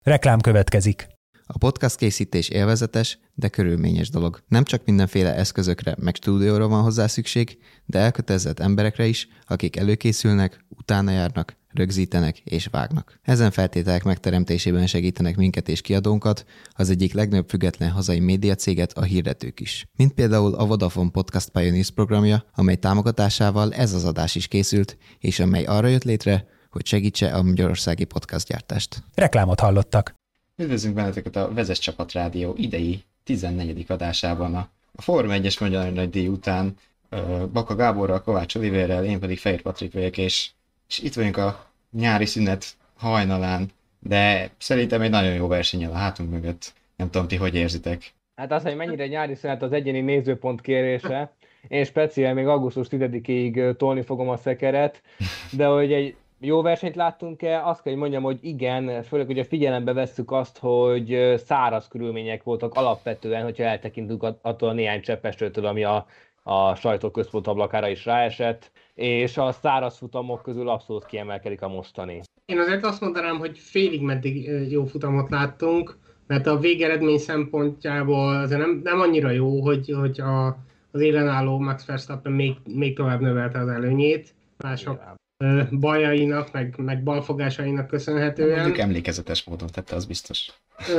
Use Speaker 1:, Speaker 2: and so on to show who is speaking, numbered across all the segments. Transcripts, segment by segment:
Speaker 1: Reklám következik.
Speaker 2: A podcast készítés élvezetes, de körülményes dolog. Nem csak mindenféle eszközökre meg stúdióra van hozzá szükség, de elkötelezett emberekre is, akik előkészülnek, utána járnak, rögzítenek és vágnak. Ezen feltételek megteremtésében segítenek minket és kiadónkat, az egyik legnagyobb független hazai médiacéget, a hirdetők is. Mint például a Vodafone Podcast Pioneers programja, amely támogatásával ez az adás is készült, és amely arra jött létre, hogy segítse a magyarországi podcastgyártást.
Speaker 1: Reklámot hallottak.
Speaker 3: Üdvözlünk benneteket a Vezess Csapat Rádió idei 14. adásában. A Forma 1-es Magyar Nagydíj után Baka Gáborral, Kovács Oliverrel, én pedig Fehér Patrik vagyok, és itt vagyunk a nyári szünet hajnalán, de szerintem egy nagyon jó versennyel a hátunk mögött. Nem tudom, ti hogy érzitek?
Speaker 4: Hát az, hogy mennyire nyári szünet az egyéni nézőpont kérése. Én speciál még augusztus 10-ig tolni fogom a szekeret, de hogy egy jó versenyt láttunk-e? Azt kell, hogy mondjam, hogy igen, főleg, hogy figyelembe vesszük azt, hogy száraz körülmények voltak alapvetően, hogyha eltekintünk attól a néhány cseppesőtől, ami a sajtóközpont ablakára is ráesett, és a száraz futamok közül abszolút kiemelkedik a mostani.
Speaker 5: Én azért azt mondanám, hogy félig meddig jó futamot láttunk, mert a végeredmény szempontjából azért nem annyira jó, hogy az élen álló Max Verstappen még tovább növelte az előnyét. Mások bajainak, meg balfogásainak köszönhetően.
Speaker 3: Mondjuk emlékezetes módon tette, az biztos.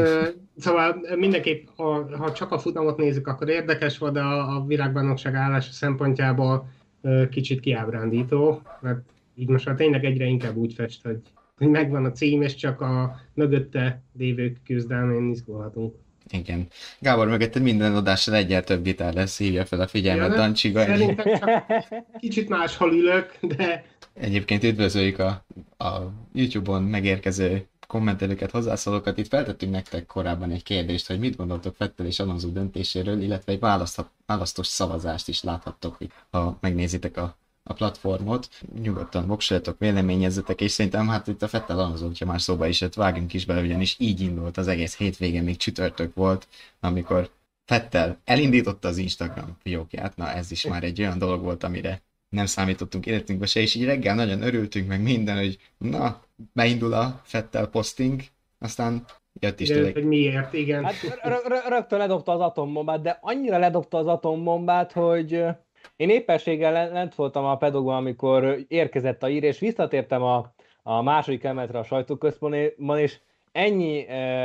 Speaker 5: Szóval mindenképp, ha csak a futamot nézzük, akkor érdekes volt, de a világbajnokság állása szempontjából kicsit kiábrándító, mert így most már tényleg egyre inkább úgy fest, hogy megvan a cím, és csak a mögötte lévők küzdelmén izgulhatunk.
Speaker 3: Igen. Gábor, mögötted minden adással egyel több gitár lesz, hívja fel a figyelmet Dancsiga.
Speaker 5: Szerintem csak kicsit máshol ülök, de...
Speaker 3: Egyébként üdvözöljük a YouTube-on megérkező kommentelőket, hozzászólókat. Itt feltettünk nektek korábban egy kérdést, hogy mit gondoltok Vettel és Alonso döntéséről, illetve egy választós szavazást is láthattok, ha megnézitek a platformot. Nyugodtan voksoljatok, véleményezzetek, és szerintem hát itt a Vettel Alonso, hogyha már szóba is jött, vágjunk is bele, ugyanis így indult az egész hétvége, még csütörtök volt, amikor Vettel elindította az Instagram fiókját. Na, ez is már egy olyan dolog volt, amire nem számítottunk életünkbe se, és így reggel nagyon örültünk meg minden, hogy na, beindul a Vettel posting, aztán jött is tényleg.
Speaker 5: Hogy miért, igen.
Speaker 4: Hát rögtön ledobta az atombombát, de annyira ledobta az atombombát, hogy én éppenséggel lent voltam a pedokban, amikor érkezett a ír, és visszatértem a második emeletre a sajtóközpontban, és ennyi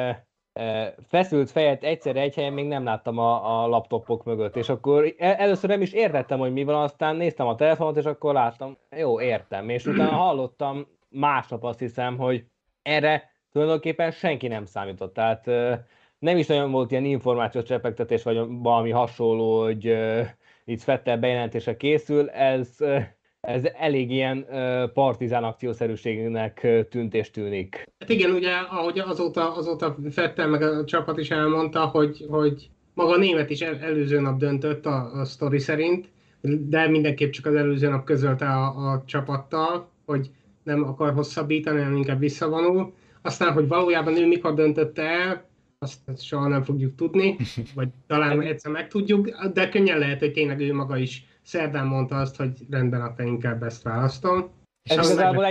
Speaker 4: feszült fejet egyszerre egy helyen még nem láttam a laptopok mögött, és akkor először nem is értettem, hogy mi van, aztán néztem a telefonot, és akkor láttam, jó, értem, és utána hallottam másnap, azt hiszem, hogy erre tulajdonképpen senki nem számított, tehát nem is nagyon volt ilyen információs csepegtetés, vagy valami hasonló, hogy itt Vettel bejelentése készül, ez elég ilyen partizán akciószerűségnek tűnt és tűnik.
Speaker 5: Hát igen, ugye, ahogy azóta Vettel meg a csapat is elmondta, hogy maga a német is előző nap döntött a sztori szerint, de mindenképp csak az előző nap közölte a csapattal, hogy nem akar hosszabbítani, hanem inkább visszavonul. Aztán, hogy valójában ő mikor döntötte el, azt soha nem fogjuk tudni, vagy talán egyszer megtudjuk, de könnyen lehet, hogy tényleg ő maga is szerdán mondta azt, hogy rendben, akkor inkább ezt választom.
Speaker 4: Ez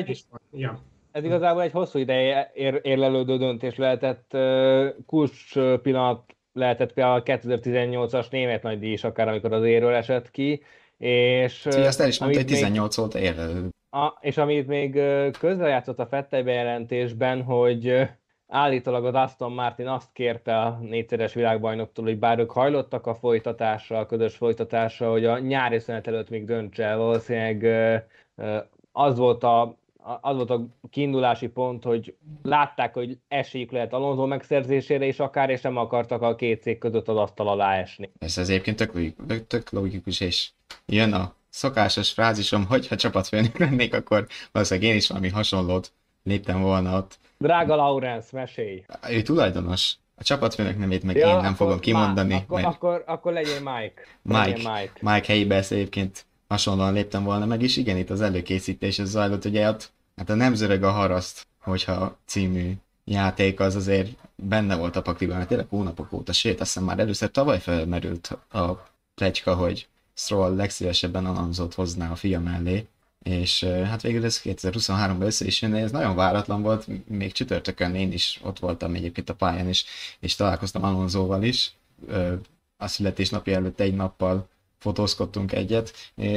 Speaker 4: igazából egy hosszú ideje érlelődő döntés lehetett, kulcs pillanat lehetett például a 2018-as német nagydíj is, akár amikor az érről esett ki, és...
Speaker 3: Azt el is mondta, hogy 18 volt érlelődő.
Speaker 4: És amit még közrejátszott a Vettel bejelentésben, hogy állítólag az Aston Martin azt kérte a 4-szeres világbajnoktól, hogy bár ők hajlottak a folytatásra, a közös folytatásra, hogy a nyári szünet előtt még döntse el. Valószínűleg az volt a kiindulási pont, hogy látták, hogy esélyük lehet Alonso megszerzésére is akár, és nem akartak a két cég között az asztal alá esni.
Speaker 3: Ez egyébként tök logikus, és jön a szokásos frázisom, hogy ha csapatfőnök lennék, akkor valószínűleg én is valami hasonlót léptem volna ott.
Speaker 4: Drága Laurens, mesélj!
Speaker 3: Ő tulajdonos. A csapatfőnök nevét meg én nem fogom kimondani.
Speaker 4: Akkor legyen
Speaker 3: Mike helyébe ezt egyébként hasonlóan léptem volna meg, és igen, itt az előkészítés az zajlott, ugye hát a nem zörög a haraszt, hogyha című játék az azért benne volt a pakliban, mert tényleg hónapok óta, sőt, azt hiszem már először tavaly felmerült a pletyka, hogy Stroll legszívesebben Alonsót hozná a fia mellé, és hát végül ez 2023-ban össze is jön, de ez nagyon váratlan volt, még csütörtökön én is ott voltam egyébként a pályán is, és találkoztam Alonsoval is, a születésnapja előtt egy nappal fotózkodtunk egyet,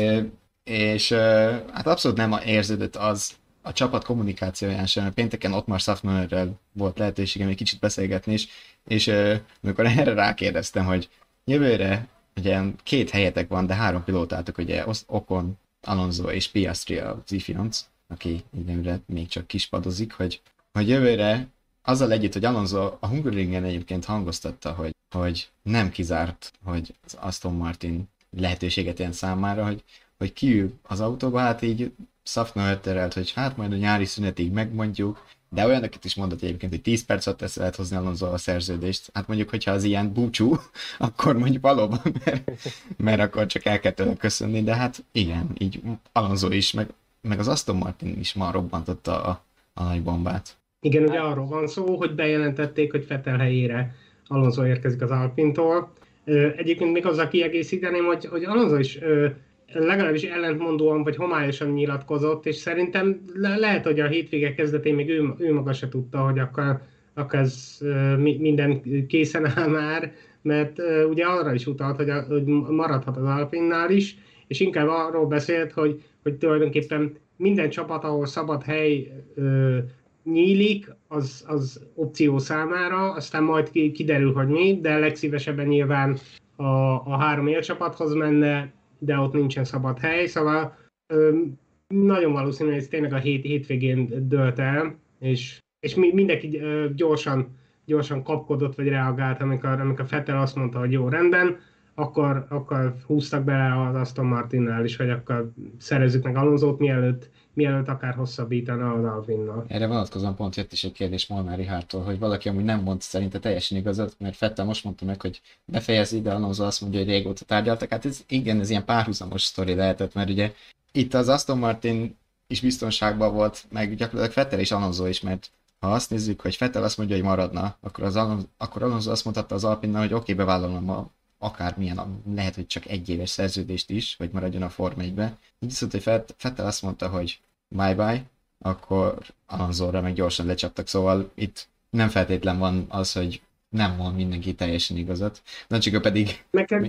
Speaker 3: és hát abszolút nem érződött az a csapat kommunikációján sem, pénteken Otmar Szafnauerrel volt lehetőségem egy kicsit beszélgetni is, és amikor erre rákérdeztem, hogy jövőre ugye 2 helyetek van, de 3 pilótátok, ugye Ocon, Alonso és Piastri az ifjonc, aki időmre még csak kispadozik, hogy jövőre azzal együtt, hogy Alonso a Hungaroringen egyébként hangoztatta, hogy nem kizárt, hogy az Aston Martin lehetőséget ilyen számára, hogy kiül az autóba, hát így Szafnauer terelt, hogy hát majd a nyári szünetig megmondjuk, de olyanokat is mondott egyébként, hogy 10 perc alatt össze lehet hozni Alonso a szerződést. Hát mondjuk, hogyha az ilyen búcsú, akkor mondjuk valóban, mert akkor csak el kell tőle köszönni, de hát igen, így Alonso is, meg az Aston Martin is már robbantotta a nagy bombát.
Speaker 5: Igen, ugye arról van szó, hogy bejelentették, hogy Vettel helyére Alonso érkezik az Alpintól. Egyébként még azzal kiegészíteném, hogy Alonso is legalábbis ellentmondóan vagy homályosan nyilatkozott, és szerintem lehet, hogy a hétvége kezdetén még ő maga se tudta, hogy akkor ez minden készen áll már, mert ugye arra is utalt, hogy maradhat az Alpinnál is, és inkább arról beszélt, hogy tulajdonképpen minden csapat, ahol szabad hely nyílik, az opció számára, aztán majd kiderül, hogy mi, de legszívesebben nyilván a 3 élcsapathoz menne, de ott nincsen szabad hely, szóval nagyon valószínű, hogy ez tényleg a hétvégén dölt el, és mindenki gyorsan kapkodott, vagy reagált, amikor Vettel azt mondta, hogy jó, rendben, akkor húztak bele az Aston Martinnál is, hogy akkor szerezzük meg Alonsót, mielőtt akár hosszabbítana az Alpinnal.
Speaker 3: Erre vonatkozóan pont jött is egy kérdés Molnár Richardtól, hogy valaki amúgy nem mond szerinte teljesen igazat, mert Vettel most mondta meg, hogy befejezi, de Alonso azt mondja, hogy régóta tárgyaltak. Hát ez ilyen párhuzamos sztori lehetett, mert ugye itt az Aston Martin is biztonságban volt, meg gyakorlatilag Vettel és Alonso is, mert ha azt nézzük, hogy Vettel azt mondja, hogy maradna, akkor Alonso azt mondhatta az Alpinnal, hogy oké, bevállalom akármilyen, lehet, hogy csak 1 éves szerződést is, hogy maradjon a Form 1-be. Így viszont, hogy Vettel azt mondta, hogy bye-bye, akkor Alonsóra meg gyorsan lecsaptak, szóval itt nem feltétlen van az, hogy nem mond mindenki teljesen igazat. Nagycsika pedig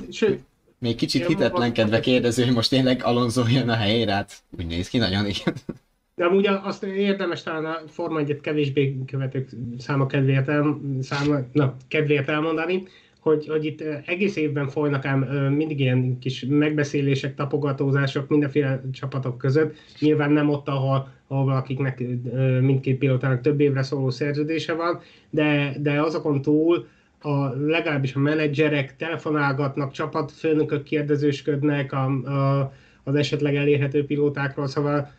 Speaker 3: még kicsit hitetlenkedve kérdező, hogy most tényleg Alonso jön a helyére, hát úgy néz ki, nagyon igen.
Speaker 5: De amúgy azt érdemes talán a Forma 1-et kevésbé követők kedvéért elmondani, hogy itt egész évben folynak ám mindig ilyen kis megbeszélések, tapogatózások mindenféle csapatok között. Nyilván nem ott, ahol valakiknek mindkét pilótának több évre szóló szerződése van, de azokon túl legalábbis a menedzserek telefonálgatnak, csapatfőnökök kérdezősködnek az esetleg elérhető pilótákról, szóval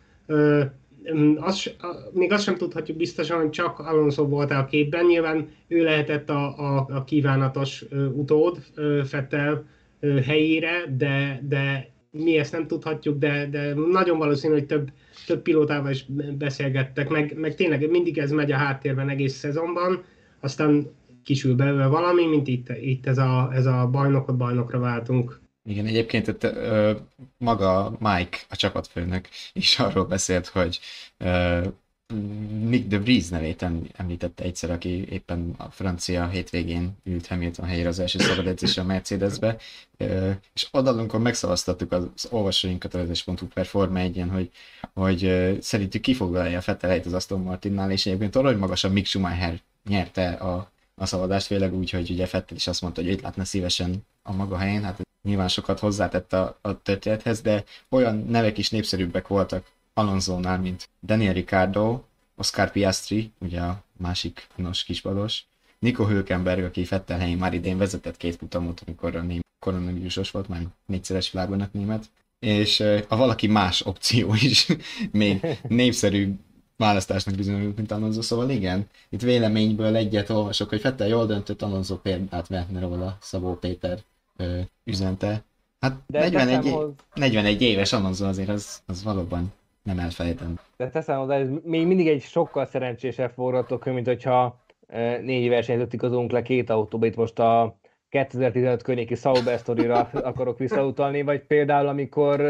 Speaker 5: még azt sem tudhatjuk biztosan, hogy csak Alonso volt a képben. Nyilván ő lehetett a kívánatos utód Vettel helyére, de mi ezt nem tudhatjuk, de nagyon valószínű, hogy több pilótával is beszélgettek, meg tényleg mindig ez megy a háttérben egész szezonban, aztán kisül belőle valami, mint itt ez a bajnokra váltunk.
Speaker 3: Igen, egyébként itt, maga Mike, a csapatfőnök is arról beszélt, hogy Nick de Vries nevét említette egyszer, aki éppen a francia hétvégén ült Hamilton helyére az első szabad edzésre a Mercedesbe, és odalunkon megszavaztattuk az olvasóinkat a vezes.hu Forma 1-en, hogy szerintük kifoglalja a Vettel helyet az Aston Martinnál, és egyébként arra, hogy magasan Mick Schumacher nyerte a szavazást, főleg úgy, hogy ugye Vettel is azt mondta, hogy itt látna szívesen a maga helyén, hát nyilván sokat hozzátett a történethez, de olyan nevek is népszerűbbek voltak Alonsónál, mint Daniel Ricciardo, Oscar Piastri, ugye a másik finos kisbalos, Nico Hülkenberg, aki Vettel helyén már idén vezetett 2 futamot, amikor a német koronavírusos volt, már 4-szeres világbajnok német, és a valaki más opció is még népszerű választásnak bizonyult, mint Alonso, szóval igen, itt véleményből egyet olvasok, hogy Vettel jól döntött, Alonso példát vehetne róla, Szabó Péter üzente. Hát 41 éves Alonso azért az valóban nem elfelejtem.
Speaker 4: De teszem hozzá, ez még mindig egy sokkal szerencsésebb forgatókönyv, mint hogyha 4 versenyzőt igazolunk le 2 autóba. Itt most a 2015 környéki Sauber sztorira akarok visszautalni, vagy például amikor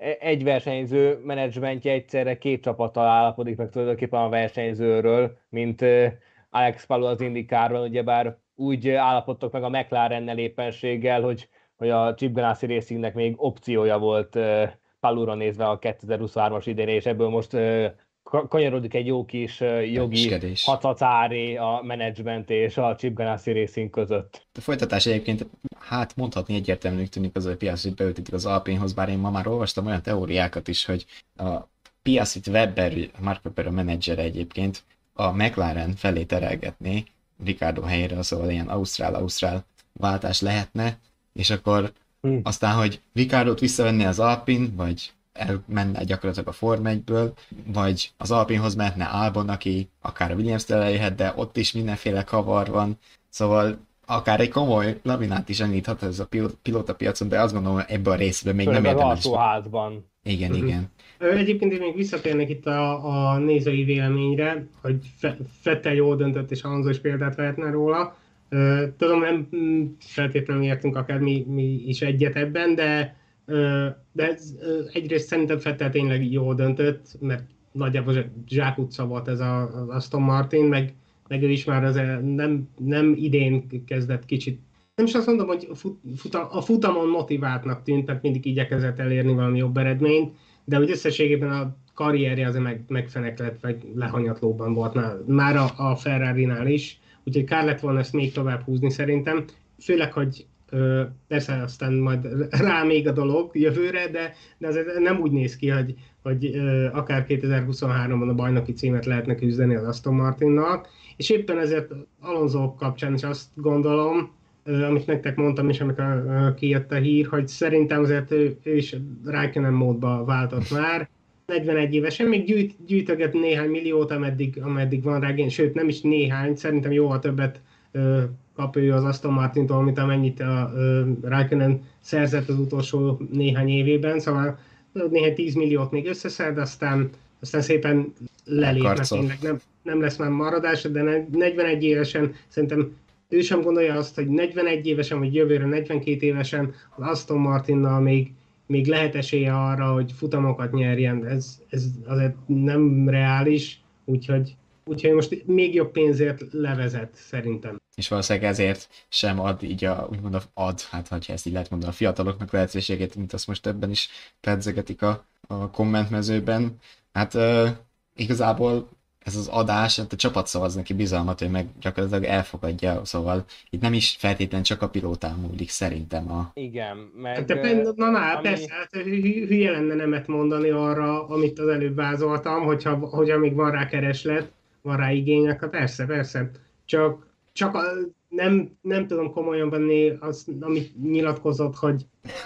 Speaker 4: egy versenyző menedzsmentje egyszerre két csapattal állapodik meg tulajdonképpen a versenyzőről, mint Alex Palou az IndyCarban, ugyebár úgy állapodtak meg a McLarennel éppenséggel, hogy a Chip Ganassi Racingnek még opciója volt Paloura nézve a 2023-as idén, és ebből most kanyarodik egy jó kis jogi hatacáré a menedzsment és a Chip Ganassi Racing között.
Speaker 3: A folytatás egyébként, hát mondhatni egyértelműnek tűnik az, hogy Piastrit beültetik az Alpinhoz, bár én ma már olvastam olyan teóriákat is, hogy a Piastrit Webber, Mark Webber a menedzsere egyébként, a McLaren felé terelgetné Ricardo helyére, szóval ilyen Ausztrál váltás lehetne, és akkor aztán, hogy Ricardot visszavenné az Alpin, vagy elmenne gyakorlatilag a Form 1-ből, vagy az Alpinhoz mehetne Albon, aki akár a Williams-től elérhet, de ott is mindenféle kavar van, szóval akár egy komoly lavinát is elindíthat ez a pilótapiacon, de azt gondolom, hogy ebben a részben még nem érdemes.
Speaker 4: Az alsóházban.
Speaker 3: Igen.
Speaker 5: Egyébként én még visszatérnék itt a nézői véleményre, hogy Vettel jól döntött, és Alonso is példát vehetne róla. Tudom, nem feltétlenül értünk akár mi is egyet ebben, de egyrészt szerintem Vettel tényleg jól döntött, mert nagyjából zsákutca volt ez az Aston Martin, meg ő is már nem idén kezdett kicsit. Nem is azt mondom, hogy a futamon motiváltnak tűnt, mert mindig igyekezett elérni valami jobb eredményt, de hogy összességében a karrierje azért megfeneklett, vagy lehanyatlóban volt már a Ferrari-nál is, úgyhogy kár lett volna ezt még tovább húzni szerintem, főleg, hogy persze aztán majd rá még a dolog jövőre, de azért nem úgy néz ki, hogy akár 2023-ban a bajnoki címet lehetne küzdeni az Aston Martinnal, és éppen ezért Alonso kapcsán is azt gondolom, amit nektek mondtam is, amikor kijött a hír, hogy szerintem azért ő is Raikkonen módba váltott már. 41 évesen, még gyűjtöget néhány milliót, ameddig van rá, sőt nem is néhány, szerintem jóval többet kap ő az Aston Martintól, mint amennyit a Raikkonen szerzett az utolsó néhány évében, szóval néhány 10 milliót még összeszed, aztán szépen lelép, mert tényleg nem lesz már maradás, de 41 évesen szerintem ő sem gondolja azt, hogy 41 évesen, vagy jövőre 42 évesen az Aston Martinnal még lehet esélye arra, hogy futamokat nyerjen. Ez azért nem reális, úgyhogy most még jobb pénzért levezet szerintem.
Speaker 3: És valószínűleg ezért sem ad így hát ha ezt így lehet mondani, a fiataloknak lehetőséget, mint azt most ebben is pedzegetik a kommentmezőben. Hát igazából ez az adás, hát a csapat szavaz neki bizalmat, hogy meg gyakorlatilag elfogadja, szóval itt nem is feltétlenül csak a pilótán múlik szerintem
Speaker 4: Igen, meg...
Speaker 5: Persze, hát hülye lenne nemet mondani arra, amit az előbb vázoltam, hogyha még van rá kereslet, van rá igények, persze. Csak nem tudom komolyan venni azt, amit nyilatkozott, hogy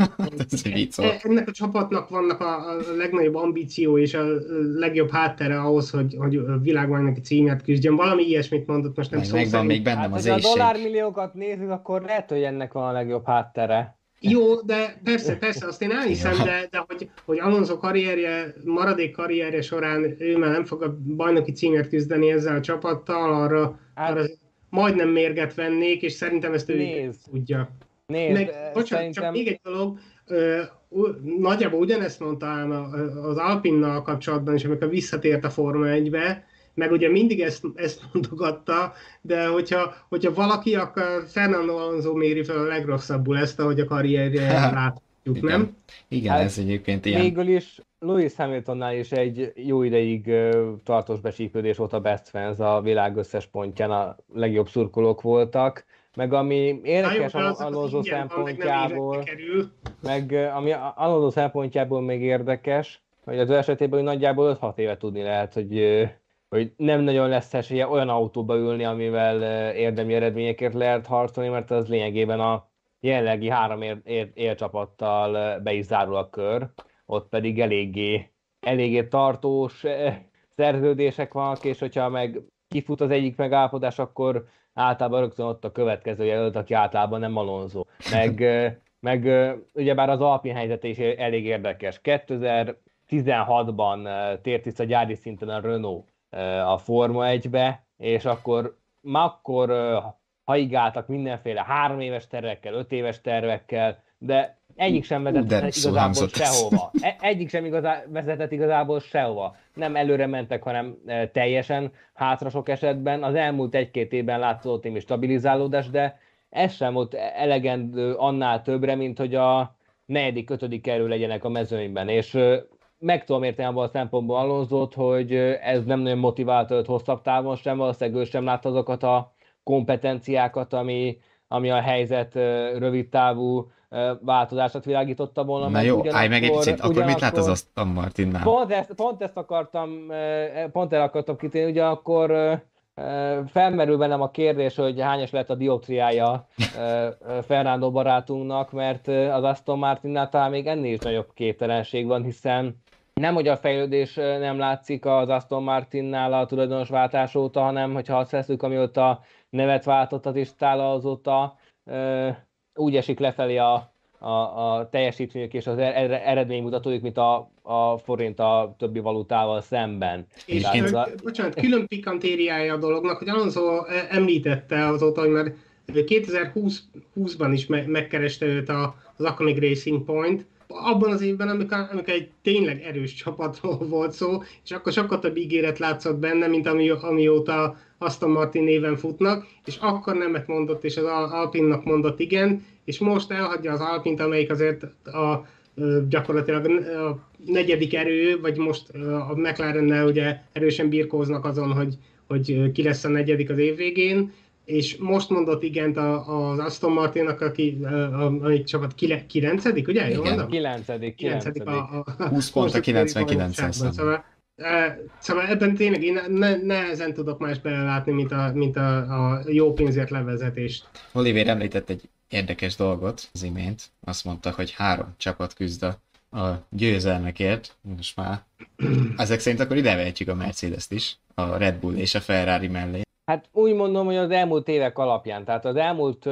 Speaker 5: ennek a csapatnak vannak a legnagyobb ambíció és a legjobb háttere ahhoz, hogy a világbajnoki címet küzdjön. Valami ilyesmit mondott, most nem szó szerint.
Speaker 3: Megvan még bennem az éjség.
Speaker 4: Ha a dollármilliókat nézzük, akkor lehet, hogy ennek van a legjobb háttere.
Speaker 5: Jó, de persze, azt én elhiszem, de hogy Alonso maradék karrierje során ő már nem fog a bajnoki címért küzdeni ezzel a csapattal, arra majdnem mérget vennék, és szerintem ezt ő tudja. Csak még egy dolog, nagyjából ugyanezt mondtam az Alpinnal kapcsolatban is, amikor visszatért a Forma 1-be, meg ugye mindig ezt mondogatta, de hogyha valaki, akkor Fernando Alonso méri fel a legrosszabbul ezt, ahogy a karrierje látjuk, nem?
Speaker 3: Igen, ez egyébként ilyen.
Speaker 4: Végül is Lewis Hamiltonnál is egy jó ideig tartós besípődés volt a best fans, a világ összes pontján a legjobb szurkolók voltak, meg ami érdekes Alonso szempontjából, ami Alonso szempontjából még érdekes, hogy az ő esetében hogy nagyjából 5-6 éve tudni lehet, hogy nem nagyon lesz esélye olyan autóba ülni, amivel érdemi eredményekért lehet harcolni, mert az lényegében a jelenlegi 3 élcsapattal be is zárul a kör, ott pedig eléggé tartós szerződések vannak, és hogyha meg kifut az egyik megállapodás, akkor általában rögtön ott a következő jelölt, aki általában nem Alonso. Meg ugyebár az Alpin helyzete is elég érdekes. 2016-ban tért vissza gyári szinten a Renault a Forma 1-be, és akkor haigáltak mindenféle 3 éves tervekkel, 5 éves tervekkel, de Egyik sem
Speaker 3: de
Speaker 4: vezetett
Speaker 3: rosszul
Speaker 4: igazából
Speaker 3: hangzott ez.
Speaker 4: sehova. Egyik sem vezetett igazából sehova. Nem előre mentek, hanem teljesen hátra sok esetben. Az elmúlt 1-2 évben látszott némi stabilizálódás, de ez sem volt elegendő annál többre, mint hogy a 4.-5. erő legyenek a mezőnyben. És meg tudom érteni abban a szempontból Alonsót, hogy ez nem nagyon motiválta őt hosszabb távon sem, valószínűleg ő sem látta azokat a kompetenciákat, ami a helyzet rövid távú változását világította volna.
Speaker 3: Na jó, állj meg egy picit, akkor mit lát az Aston Martinnál?
Speaker 4: Pont ezt akartam, pont el akartam kitérni, ugyanakkor felmerül bennem a kérdés, hogy hányas lett a dioptriája Fernando barátunknak, mert az Aston Martinnál talán még ennél is nagyobb képtelenség van, hiszen nem, hogy a fejlődés nem látszik az Aston Martinnál a tulajdonosváltás óta, hanem hogyha azt veszük, amióta nevet váltott az Istála, azóta úgy esik lefelé a teljesítményük és az eredménymutatójuk, mint a forint a többi valutával szemben.
Speaker 5: És bocsánat, külön pikantériája a dolognak, hogy Alonso említette azóta, hogy már 2020-ban is megkereste őt az akkor Racing Point, abban az évben, amikor egy tényleg erős csapatról volt szó, és akkor sokkal több ígéret látszott benne, mint amióta Aston Martin néven futnak, és akkor nemet mondott, és az Alpinnak mondott igen, és most elhagyja az Alpint, amelyik azért gyakorlatilag a 4. erő, vagy most a McLarennel ugye erősen birkóznak azon, hogy ki lesz a 4. az év végén, és most mondott igent az Aston Martinnak, amelyik csapat 9. ugye?
Speaker 4: Igen, 9.
Speaker 3: 20 pont a 99-en.
Speaker 5: Szóval ebben tényleg én nehezen tudok más belelátni, mint a jó pénzért levezetést.
Speaker 3: Oliver említett egy érdekes dolgot az imént. Azt mondta, hogy 3 csapat küzd a győzelmekért. Most már ezek szerint akkor idevehetjük a Mercedes-t is, a Red Bull és a Ferrari mellé.
Speaker 4: Hát úgy mondom, hogy az elmúlt évek alapján, tehát az elmúlt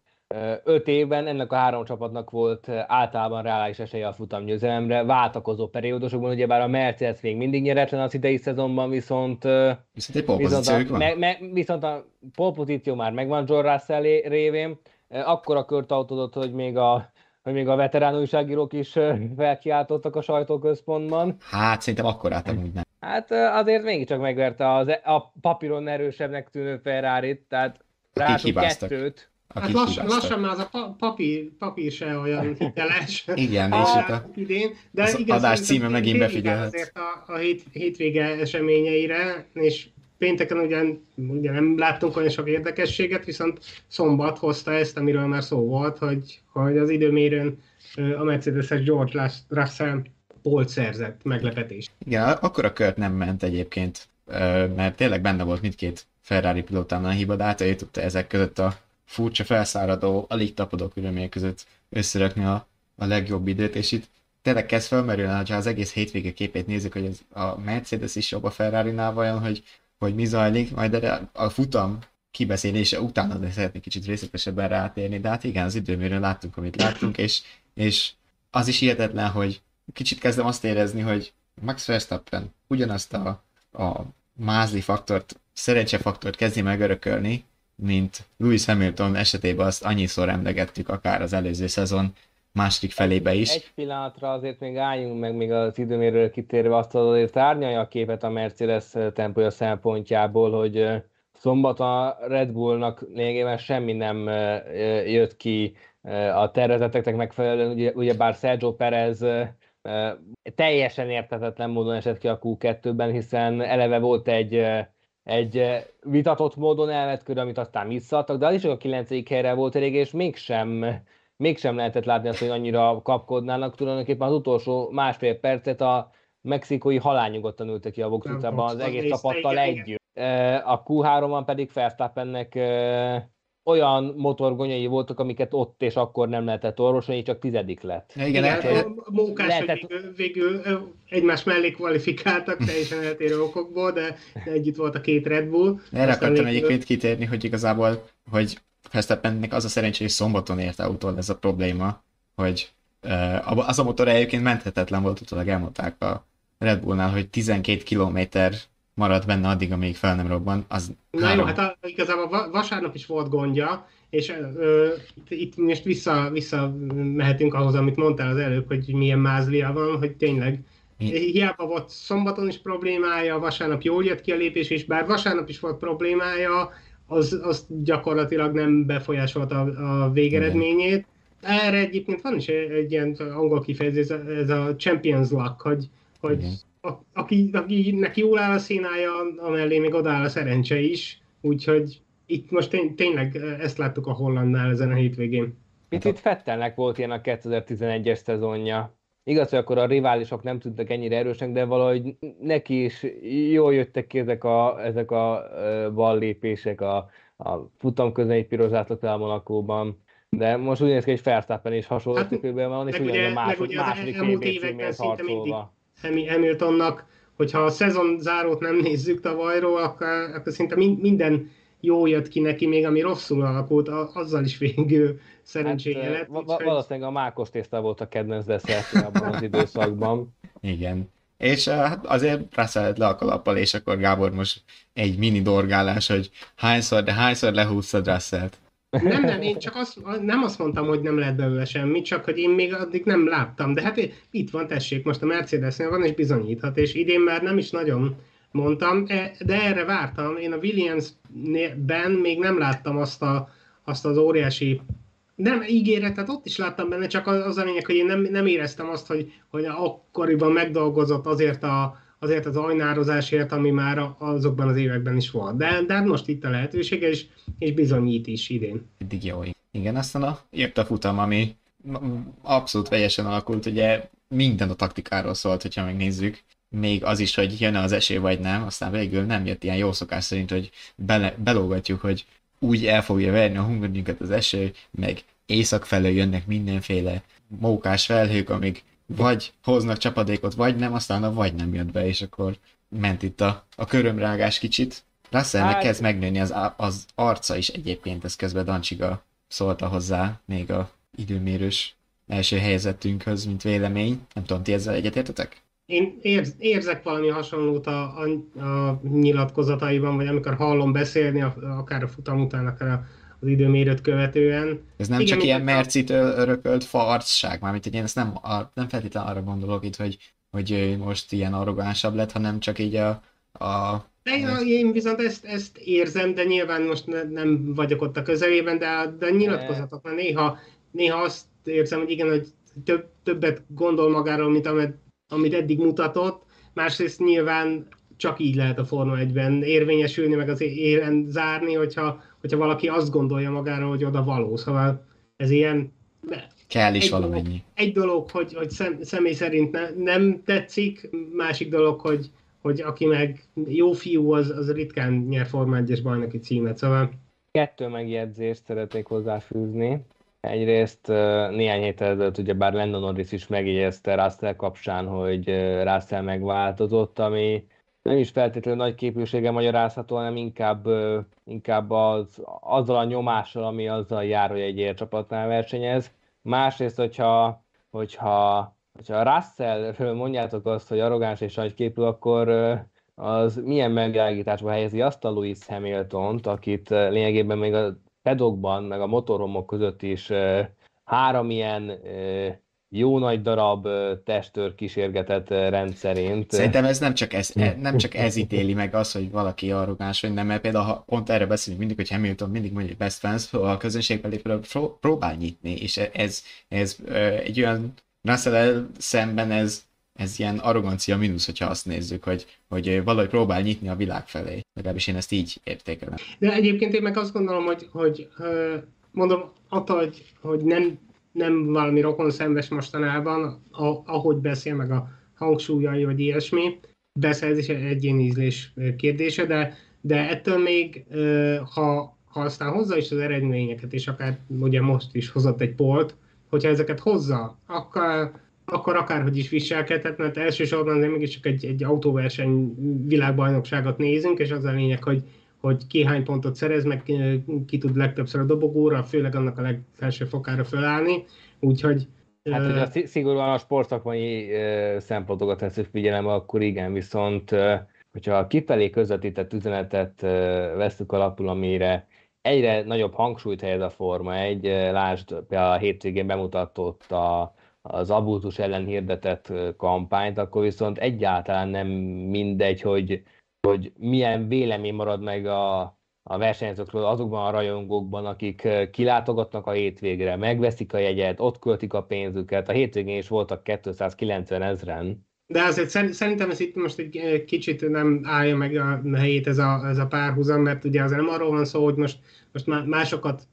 Speaker 4: 5 évben ennek a 3 csapatnak volt általában reális esélye a futamgyőzelemre, váltakozó periódusokban, ugyebár a Mercedes még mindig nyeretlen az idei szezonban, viszont
Speaker 3: egy polpozíciójuk van.
Speaker 4: Viszont a polpozíció már megvan George Russell révén, akkora kört autódott, hogy még a veterán újságírók is felkiáltottak a sajtóközpontban.
Speaker 3: Hát szerintem akkorát amúgy nem.
Speaker 4: Hát azért mégiscsak megverte a papíron erősebbnek tűnő Ferrarit, tehát ráadásul 2-t.
Speaker 5: Hát lassan már az a papír se olyan hiteles.
Speaker 3: Igen, és itt
Speaker 5: idén. De
Speaker 3: az
Speaker 5: igen,
Speaker 3: adás címe megint befigyelhet.
Speaker 5: Azért a hétvége eseményeire, és pénteken ugyan nem láttunk olyan sok érdekességet, viszont szombat hozta ezt, amiről már szó volt, hogy az időmérőn a Mercedes-es George Russell pólt szerzett, meglepetés.
Speaker 3: Igen, akkor a kört nem ment egyébként, mert tényleg benne volt mindkét Ferrari pilótánál hiba, de tudta ezek között a furcsa felszáradó, alig tapadó körülmények között összerakni a legjobb időt, és itt tényleg kezd felmerülni, hogyha az egész hétvége képét nézzük, hogy a Mercedes is jobb a Ferrarinál vajon, hogy mi zajlik, majd a futam kibeszélése után azért szeretnék kicsit részletesebben rátérni, de hát igen, az időmérőn láttunk, amit láttunk, és az is hihetetlen, hogy kicsit kezdem azt érezni, hogy Max Verstappen ugyanazt a mázli faktort, szerencsefaktort kezdi megörökölni, mint Lewis Hamilton esetében azt annyiszor emlegettük, akár az előző szezon második felébe is.
Speaker 4: Egy pillanatra azért még álljunk meg, még az időmérőről kitérve azt azért árnyalja a képet a Mercedes tempója szempontjából, hogy szombaton a Red Bullnak lényegében semmi nem jött ki a tervezeteknek megfelelően, ugyebár Sergio Perez teljesen érthetetlen módon esett ki a Q2-ben, hiszen eleve volt egy vitatott módon elvett kör, amit aztán visszaadtak, de az is csak a 9. helyre volt elég, és mégsem lehetett látni azt, hogy annyira kapkodnának. Tulajdonképpen az utolsó 1,5 percet a mexikói halálnyugodtan ültek ki a box utcában az egész csapattal együtt. A Q3-ban pedig Verstappennek olyan motorgonyai voltak, amiket ott és akkor nem lehetett orvosolni, csak 10. lett.
Speaker 5: Igen, a mókás, hogy végül egymás mellé kvalifikáltak teljesen eltérő okokból, de együtt volt a 2 Red Bull.
Speaker 3: Erre akartam egyébként kitérni, hogy igazából, hogy Verstappennek az a szerencsé, hogy szombaton érte autóval ez a probléma, hogy az a motor egyébként menthetetlen volt, utólag elmondták a Red Bullnál, hogy 12 km marad benne addig, amíg fel nem robban, az
Speaker 5: Na jó, hát igazából vasárnap is volt gondja, és itt most vissza mehetünk ahhoz, amit mondtál az előbb, hogy milyen mázlia van, hogy tényleg hiába volt szombaton is problémája, vasárnap jól jött ki a lépés, és bár vasárnap is volt problémája, az gyakorlatilag nem befolyásolta a végeredményét. Erre egyébként van is egy ilyen angol kifejezés, ez a Champions Luck, hogy aki neki jól áll a színája, amellé még odaáll a szerencse is, úgyhogy itt most tényleg ezt láttuk a Hollandnál ezen a hétvégén.
Speaker 4: Itt Vettelnek volt ilyen a 2011-es szezonja. Igaz, hogy akkor a riválisok nem tűntek ennyire erősnek, de valahogy neki is jól jöttek ki ezek a ballépések, a futam közben egy piros zászlót el Monacóban. De most úgy néz ki, hogy Verstappen is hasonló cipőben van, és ugyanaz a második
Speaker 5: elmúlt években szinte mindig Hamiltonnak, hogyha a szezon zárót nem nézzük tavalyról, akkor szinte minden jó jött ki neki, még ami rosszul alakult, azzal is végül szerencséje lett.
Speaker 4: Valószínűleg a mákos tészta volt a kedvenc desszert abban az időszakban.
Speaker 3: Igen. És hát azért Russell le a kalappal, és akkor Gábor most egy mini dorgálás, hogy hányszor lehúztad Russellt?
Speaker 5: Nem, én csak nem azt mondtam, hogy nem lehet belőle semmi, csak hogy én még addig nem láttam. De hát itt van, tessék, most a Mercedesnél van, és bizonyíthat, és idén már nem is nagyon mondtam, de erre vártam. Én a Williams-ben még nem láttam azt az óriási, nem ígéretet, ott is láttam benne, csak az a lényeg, hogy én nem éreztem azt, hogy akkoriban megdolgozott azért az ajnározásért, ami már azokban az években is volt. De hát most itt a lehetősége, és bizonyít is idén.
Speaker 3: Eddig jó. Igen, aztán jött a futam, ami abszolút vegyesen alakult, ugye minden a taktikáról szólt, hogyha megnézzük. Még az is, hogy jön az eső vagy nem, aztán végül nem jött ilyen jó szokás szerint, hogy belógatjuk, hogy úgy el fogja verni a Hungaroringot az eső, meg észak felől jönnek mindenféle mókás felhők, amik vagy hoznak csapadékot, vagy nem, aztán vagy nem jött be, és akkor ment itt a körömrágás kicsit. Russellnek kezd megnőni az arca is egyébként, ez közben Dancsiga szólta hozzá, még a időmérős első helyzetünkhöz, mint vélemény. Nem tudom, ti ezzel egyetértetek?
Speaker 5: Én érzek valami hasonlót a nyilatkozataiban, vagy amikor hallom beszélni, akár a futam után, akár az időmérőt követően.
Speaker 3: Ez nem igen, csak ilyen Mercitől örökölt farcság, mármint hogy én ezt nem feltétlenül arra gondolok itt, hogy most ilyen arrogánsabb lett, hanem csak így
Speaker 5: én viszont ezt érzem, de nyilván most nem vagyok ott a közelében, de a nyilatkozatoknál néha azt érzem, hogy igen, hogy többet gondol magáról, mint amit eddig mutatott. Másrészt nyilván csak így lehet a Forma 1-ben érvényesülni, meg az élen zárni, hogyha valaki azt gondolja magáról, hogy oda való. Szóval ez ilyen...
Speaker 3: Kell is valamennyi.
Speaker 5: Egy dolog, hogy személy szerint nem tetszik, másik dolog, hogy aki meg jó fiú, az ritkán nyer Forma 1-es bajnoki címet. Szóval...
Speaker 4: 2 megjegyzést szeretnék hozzáfűzni. Egyrészt néhány héttel ezelőtt ugyebár Lando Norris is megjegyezte Russell kapcsán, hogy Russell megváltozott, ami nem is feltétlenül nagy képűsége magyarázható, hanem inkább azzal a nyomással, ami azzal jár, hogy egy ércsapatnál versenyez. Másrészt, hogyha Russellről mondjátok azt, hogy arrogáns és nagyképű, akkor az milyen megvilágításba helyezi azt a Lewis Hamiltont, akit lényegében még a pedokban, meg a motorhomok között is 3 ilyen jó nagy darab testőr kísérgetett rendszerint.
Speaker 3: Szerintem ez nem csak ez ítéli meg az, hogy valaki arrogáns, vagy nem, mert például pont erre beszélünk mindig, hogy Hamilton mindig mondja, hogy best fans, a közönség belé próbál nyitni, és ez egy olyan Russell szemben ez ilyen arrogancia mínusz, hogyha azt nézzük, hogy valahogy próbál nyitni a világ felé. Legalábbis én ezt így értékelem.
Speaker 5: De egyébként én meg azt gondolom, hogy mondom, attól, hogy nem valami rokonszenves mostanában, ahogy beszél, meg a hangsúlyai, vagy ilyesmi, beszél, ez is egy egyéni ízlés kérdése, de ettől még, ha aztán hozza is az eredményeket, és akár ugye most is hozott egy polt, hogyha ezeket hozza, akkor akárhogy is viselkedhet, mert elsősorban mégiscsak egy autóverseny világbajnokságot nézünk, és az a lényeg, hogy ki hány pontot szerez, meg ki tud legtöbbször a dobogóra, főleg annak a legfelső fokára fölállni, úgyhogy...
Speaker 4: Hát, hogyha szigorúan a sportszakmai szempontokat tesszük figyelembe, akkor igen, viszont hogyha a kifelé közvetített üzenetet veszük alapul, amire egyre nagyobb hangsúlyt helyez a Forma 1, lásd például a hétvégén bemutatott az abúzus ellen hirdetett kampányt, akkor viszont egyáltalán nem mindegy, hogy milyen vélemény marad meg a versenyzőkről azokban a rajongókban, akik kilátogatnak a hétvégre, megveszik a jegyet, ott költik a pénzüket. A hétvégén is voltak 290 000-en.
Speaker 5: De azért szerintem ez itt most egy kicsit nem állja meg a helyét ez a párhuzam, mert ugye azért nem arról van szó, hogy most másokat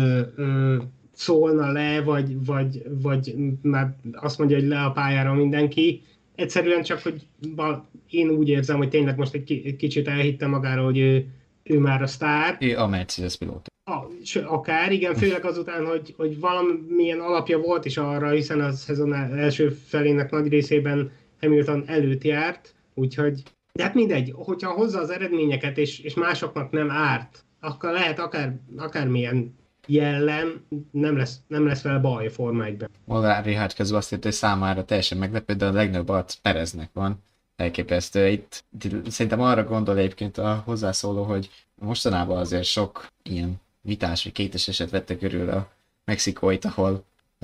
Speaker 5: szólna le, vagy már azt mondja, hogy le a pályára mindenki. Egyszerűen csak, hogy én úgy érzem, hogy tényleg most egy kicsit elhitte magáról, hogy ő már a sztár.
Speaker 3: Ő a Mercedes pilóta.
Speaker 5: Akár, igen, főleg azután, hogy valamilyen alapja volt is arra, hiszen a szezon első felének nagy részében Hamilton előtt járt, úgyhogy, de hát mindegy, hogyha hozza az eredményeket, és másoknak nem árt, akkor lehet akármilyen jellem, nem lesz vele baj a Forma 1-ben.
Speaker 3: Molnár Richard közül azt írta, hogy számára teljesen meglepő, de a legnagyobb arc Pereznek van. Elképesztő. Itt szerintem arra gondol egyébként a hozzászóló, hogy mostanában azért sok ilyen vitás vagy kétes eset vette körül a mexikóit, ahol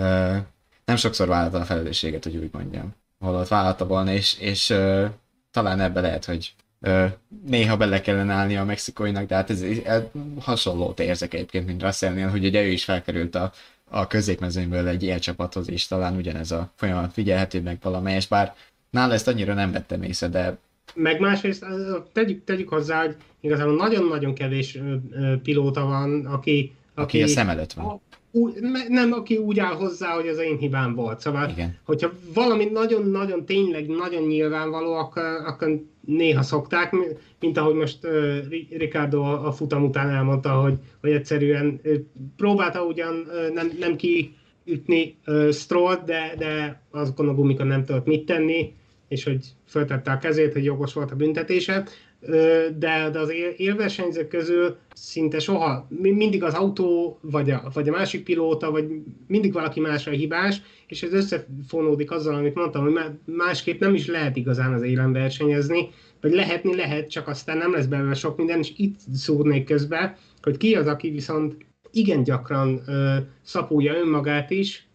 Speaker 3: nem sokszor vállalta a felelősséget, hogy úgy mondjam. Holott vállalta volna, és talán ebbe lehet, hogy néha bele kellene állni a mexikóinak, de hát ez hasonlót érzek egyébként, mint Russellnél, hogy ugye ő is felkerült a középmezőnyből egy ilyen csapathoz, és talán ugyanez a folyamat figyelhető meg valamelyes, bár nála ezt annyira nem vettem észre, de...
Speaker 5: Meg másrészt tegyük hozzá, hogy igazából nagyon-nagyon kevés pilóta van, aki
Speaker 3: a szem előtt van.
Speaker 5: Nem, aki úgy áll hozzá, hogy az én hibám volt. Szóval,
Speaker 3: igen. Hogyha
Speaker 5: valami nagyon-nagyon tényleg nagyon nyilvánvaló, akkor néha szokták, mint ahogy most Ricardo a futam után elmondta, hogy egyszerűen próbálta ugyan nem kiütni Strollt, de azokon a gumikon nem tudott mit tenni, és hogy föltette a kezét, hogy jogos volt a büntetése. De az élversenyzők közül szinte soha, mindig az autó, vagy a másik pilóta, vagy mindig valaki másra hibás, és ez összefonódik azzal, amit mondtam, hogy másképp nem is lehet igazán az élen versenyezni, vagy lehet, csak aztán nem lesz belőle sok minden, és itt szúrnék közbe, hogy ki az, aki viszont igen gyakran szapulja önmagát is.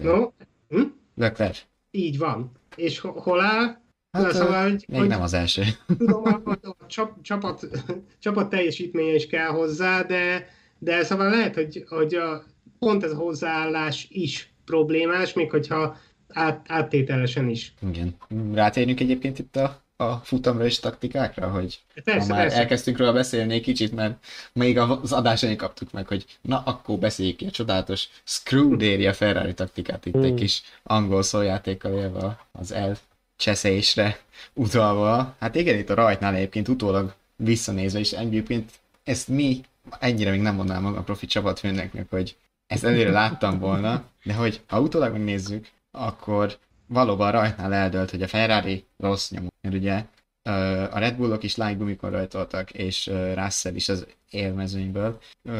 Speaker 3: Leclerc.
Speaker 5: Így van. És hol áll?
Speaker 3: Hát, szóval, még nem az első.
Speaker 5: Tudom, a csapat teljesítménye is kell hozzá, de szóval lehet, hogy pont ez a hozzáállás is problémás, még hogyha áttételesen is.
Speaker 3: Igen. Rátérjünk egyébként itt a futamra és taktikákra, hogy
Speaker 5: persze.
Speaker 3: elkezdtünk róla beszélni egy kicsit, mert még az adáson kaptuk meg, hogy na akkor beszéljük ki a csodálatos Scuderia Ferrari taktikát, itt egy kis angol szójátékkal élve az cseszésre utalva. Hát igen, itt a rajtnál egyébként utólag visszanézve, és egyébként ezt mi ennyire még nem mondanám maga a profi csapatfőnöknek, hogy ezt előre láttam volna, de hogy ha utólag megnézzük, akkor valóban rajtnál eldölt, hogy a Ferrari rossz nyomó. Mert ugye a Red Bullok is light gumikon rajtoltak, és Russell is az élmezőnyből,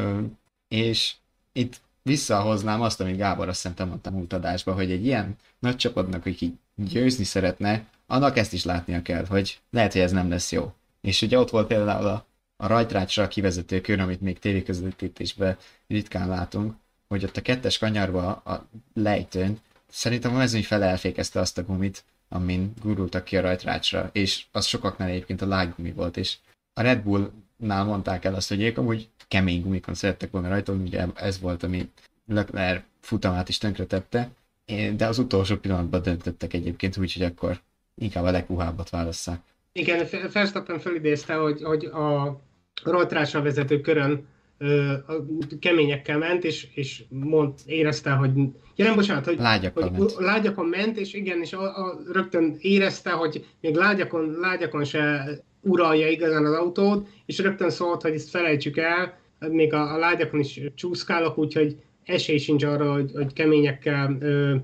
Speaker 3: és itt visszahoznám azt, amit Gábor azt hiszem te mondtam múlt adásban, hogy egy ilyen nagy csapatnak, aki győzni szeretne, annak ezt is látnia kell, hogy lehet, hogy ez nem lesz jó. És ugye ott volt például a rajtrácsra kivezető kör, amit még tévéközvetítésben ritkán látunk, hogy ott a kettes kanyarba a lejtőn szerintem a mezőny fele elfékezte azt a gumit, amin gurultak ki a rajtrácsra, és az sokaknál egyébként a light gumi volt, és a Red Bullnál mondták el azt, hogy ők amúgy kemény gumikon szerettek volna rajtolni, ugye ez volt, ami Leclerc futamát is tönkretette, de az utolsó pillanatban döntöttek egyébként úgy, hogy akkor inkább a legpuhábbat válasszák. Igen,
Speaker 5: Verstappen felidézte, hogy a rajtrácsra vezető körön keményekkel ment, és érezte, hogy... Ja nem, bocsánat, hogy lágyakon ment, és igen, és rögtön érezte, hogy még lágyakon se uralja igazán az autót, és rögtön szólt, hogy ezt felejtsük el, még a lágyakon is csúszkálok, úgyhogy esély sincs arra, hogy keményekkel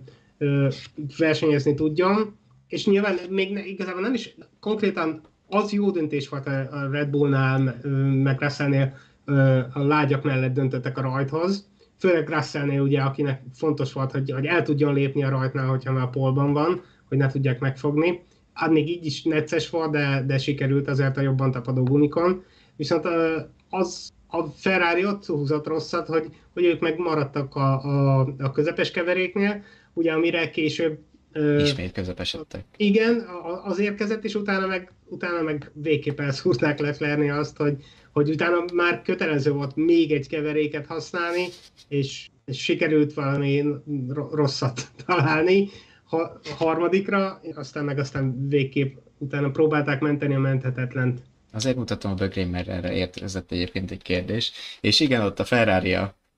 Speaker 5: versenyezni tudjon. És nyilván még igazából nem is konkrétan az jó döntés volt a Red Bullnál, meg Russellnél, a lágyak mellett döntöttek a rajthoz. Főleg Russellnél ugye, akinek fontos volt, hogy el tudjon lépni a rajtnál, hogyha már a polban van, hogy ne tudják megfogni. hát még így is necces volt, de sikerült azért a jobban tapadó gumikon. Viszont a Ferrari ott húzott rosszat, hogy ők meg maradtak a közepes keveréknél, ugye amire később
Speaker 3: Ismét közepesedtek.
Speaker 5: igen, az érkezett, és utána meg végképp elszúrták Leclercnél azt, hogy utána már kötelező volt még egy keveréket használni, és sikerült valami rosszat találni harmadikra, aztán végképp utána próbálták menteni a menthetetlent.
Speaker 3: Azért mutatom a bögrém, mert erre érkezett egyébként egy kérdés. És igen, ott a Ferrari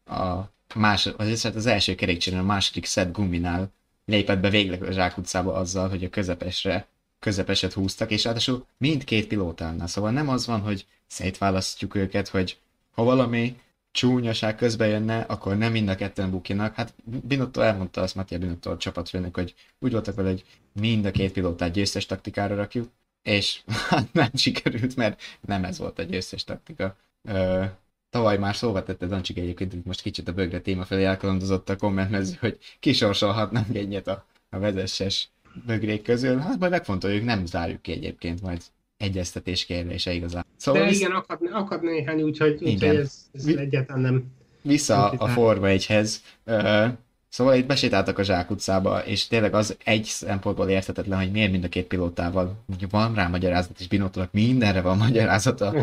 Speaker 3: az első kerékcserén a második szett guminál lépett be végleg a zsákutcába azzal, hogy a közepeset húztak, és ráadásul mindkét pilótánál. Szóval nem az van, hogy szétválasztjuk őket, hogy ha valami csúnyaság közbe jönne, akkor nem mind a ketten bukjanak. Hát Binotto elmondta azt, Mattia Binotto a csapatfőnök, hogy úgy voltak vele, hogy mind a két pilótát győztes taktikára rakjuk, és hát nem sikerült, mert nem ez volt a győztes taktika. Tavaly már szóba tette Dancsik egyébként, hogy most kicsit a bögre téma felé elkalandozott a kommentmező, hogy kisorsolhatnánk egyet a vezesses bögrék közül. Hát majd megfontoljuk, nem zárjuk ki egyébként, majd egyeztetés kérdése igazán.
Speaker 5: Szóval igen, akad néhány, úgyhogy ez egyáltalán nem...
Speaker 3: Vissza a Forma 1-hez. Szóval itt besétáltak a zsákutcába, és tényleg az egy szempontból érthetetlen, hogy miért mind a két pilótával. Van rá magyarázat, és Binottónak mindenre van magyarázata.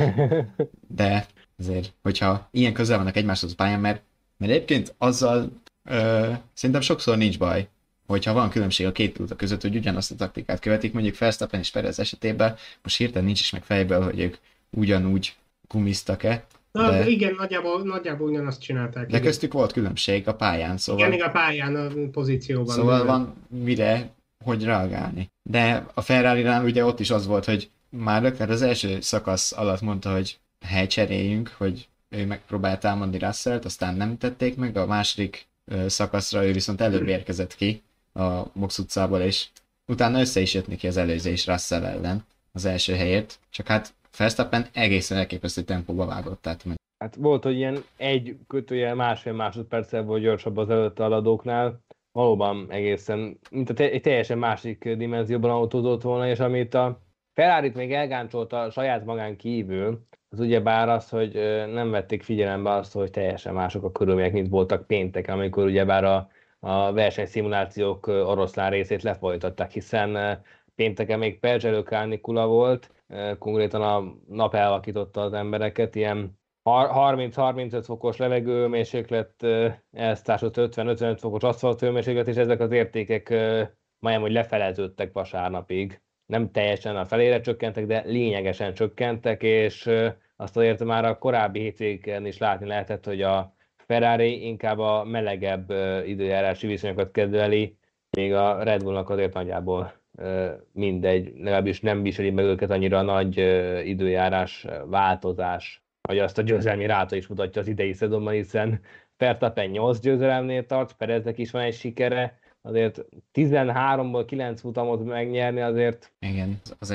Speaker 3: De azért, hogyha ilyen közel vannak egymáshoz a pályán, mert egyébként azzal szerintem sokszor nincs baj, hogyha van különbség a két pilóta között, hogy ugyanazt a taktikát követik, mondjuk Verstappen és Perez esetében, most hirtelen nincs is meg fejből, hogy ők ugyanúgy gumiztak-e.
Speaker 5: De... Igen, nagyjából ugyanazt csinálták.
Speaker 3: De köztük volt különbség a pályán, szóval...
Speaker 5: Igen, a pályán, a pozícióban.
Speaker 3: Szóval van mire, hogy reagálni. De a Ferrari-nál ugye ott is az volt, hogy már rögtön az első szakasz alatt mondta, hogy cseréljünk, hogy ő megpróbált támadni Russellt, aztán nem tették meg, a második szakaszra ő viszont előbb érkezett ki a box utcából, és utána össze is jött neki az előzés Russell ellen az első helyért, csak hát Verstappen egészen elképesztő tempóba vágott át meg.
Speaker 4: Hát volt, hogy ilyen másfél másodperccel volt gyorsabb az előtte aladóknál, valóban egészen, mint egy teljesen másik dimenzióban autózott volna, és amit a Ferrarit még elgáncsolta saját magán kívül, az ugyebár az, hogy nem vették figyelembe azt, hogy teljesen mások a körülmények, mint voltak pénteken, amikor ugyebár a versenyszimulációk oroszlán részét lefolytatták, hiszen pénteken még percselő kánikula volt, konkrétan a nap elvakította az embereket, ilyen 30-35 fokos levegőhőmérséklet, elsztásott 50-55 fokos aszfalthőmérséklet, és ezek az értékek majdnem, hogy lefeleződtek vasárnapig. Nem teljesen a felére csökkentek, de lényegesen csökkentek, és azt azért már a korábbi hétvégén is látni lehetett, hogy a Ferrari inkább a melegebb időjárási viszonyokat kedveli, még a Red Bullnak azért nagyjából mindegy, legalábbis nem viseli meg őket annyira a nagy időjárás változás, hogy azt a győzelmi ráta is mutatja az idei szezonban, hiszen Verstappen 8 győzelemnél tart, Pereznek is van egy sikere, azért 13-ból 9 futamot megnyerni azért
Speaker 3: igen, az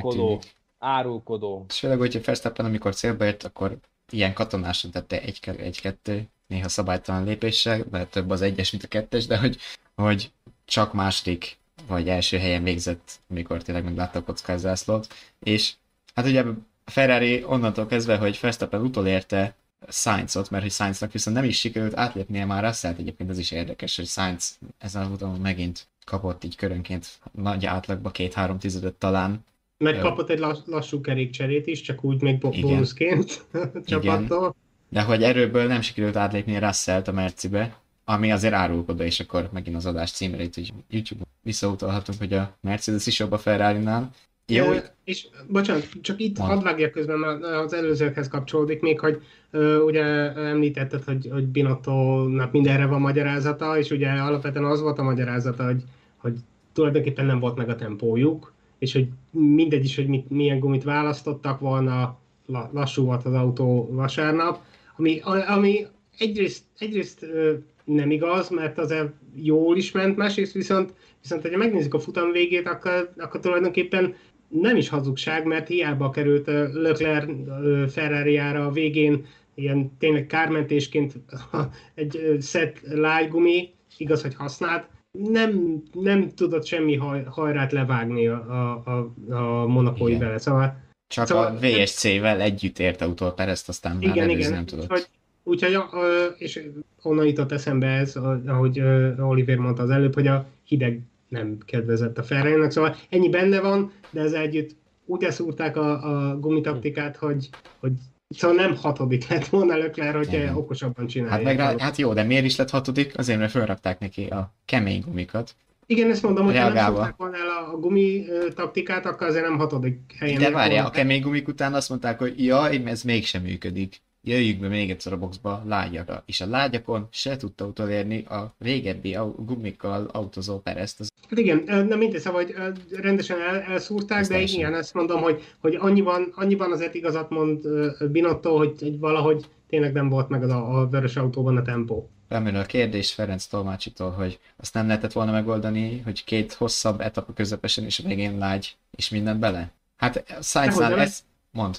Speaker 4: árulkodó.
Speaker 3: És főleg, hogyha Verstappen, amikor célba ért, akkor ilyen katonásan tette 1-2, néha szabálytalan lépéssel, mert több az 1-es, mint a 2-es, de hogy csak második vagy első helyen végzett, amikor tényleg meglátta a kockázászlót. És hát ugye a Ferrari onnantól kezdve, hogy Verstappen utolérte Sainzot, mert hogy Sainznak viszont nem is sikerült átlépnie már Russellt, egyébként az is érdekes, hogy Sainz ezen az utamon megint kapott így körönként nagy átlagba 2-3 tizedet talán.
Speaker 5: Meg kapott egy lassú kerékcserét is, csak úgy még bónuszként csapattól.
Speaker 3: De hogy erőből nem sikerült átlépni Russellt a Mercibe, ami azért árulkodó, és akkor megint az adás címre itt YouTube-on visszautalhatunk, hogy a Mercedes is jobb a Ferrari-nál.
Speaker 5: Jó, és bocsánat, csak itt hadd vágják közben, az előzőkhez kapcsolódik még, hogy ugye említetted, hogy Binottónak mindenre van magyarázata, és ugye alapvetően az volt a magyarázata, hogy tulajdonképpen nem volt meg a tempójuk, és hogy mindegy is, hogy milyen gumit választottak volna, lassú volt az autó vasárnap, ami egyrészt nem igaz, mert az jól is ment, másrészt viszont hogyha megnézzük a futam végét, akkor tulajdonképpen nem is hazugság, mert hiába került Leclerc Ferrariára a végén ilyen tényleg kármentésként egy szett lágygumi, igaz, hogy használt, nem tudott semmi hajrát levágni a Monakói
Speaker 3: Igen.
Speaker 5: vele. Szóval
Speaker 3: Csak
Speaker 5: Szóval
Speaker 3: a VSC-vel együtt érte utol Perezt, aztán már előzni nem tudott.
Speaker 5: Úgyhogy és onnan jutott eszembe ez, ahogy Oliver mondta az előbb, hogy a hideg nem kedvezett a Ferrarinak, szóval ennyi benne van, de ez együtt úgy elszúrták a gumitaktikát, hogy szóval nem hatodik lett volna Leclerc, hogyha
Speaker 3: Igen.
Speaker 5: okosabban csinálják.
Speaker 3: Hát meg hát jó, de miért is lett hatodik? Azért, mert felrakták neki a kemény gumikat.
Speaker 5: Igen, ezt mondom, hogy ha nem
Speaker 3: Reagálva.
Speaker 5: szokták volna el a gumi taktikát, akkor azért nem hatodik helyen.
Speaker 3: De
Speaker 5: lett
Speaker 3: várjál,
Speaker 5: volna.
Speaker 3: a kemény gumik után azt mondták, hogy jaj, ez mégsem működik. Jöjjük be még egyszer a boxba lágyakra. És a lágyakon se tudta utolérni a régebbi gumikkal autózó Perezt.
Speaker 5: Hát igen, nem mindegy, szóval, hogy rendesen elszúrták,
Speaker 3: Ez
Speaker 5: de
Speaker 3: teljesen.
Speaker 5: igen, ezt mondom, hogy annyiban azért igazat mond Binotto, hogy valahogy tényleg nem volt meg az a vörös autóban a tempó.
Speaker 3: Felmerül a kérdés Ferenc Tolmácsitól, hogy azt nem lehetett volna megoldani, hogy 2 hosszabb etap a közepesen, és a végén lágy, és mindent bele? Hát Sainznál
Speaker 5: Dehogy nem.
Speaker 3: ez... Mond.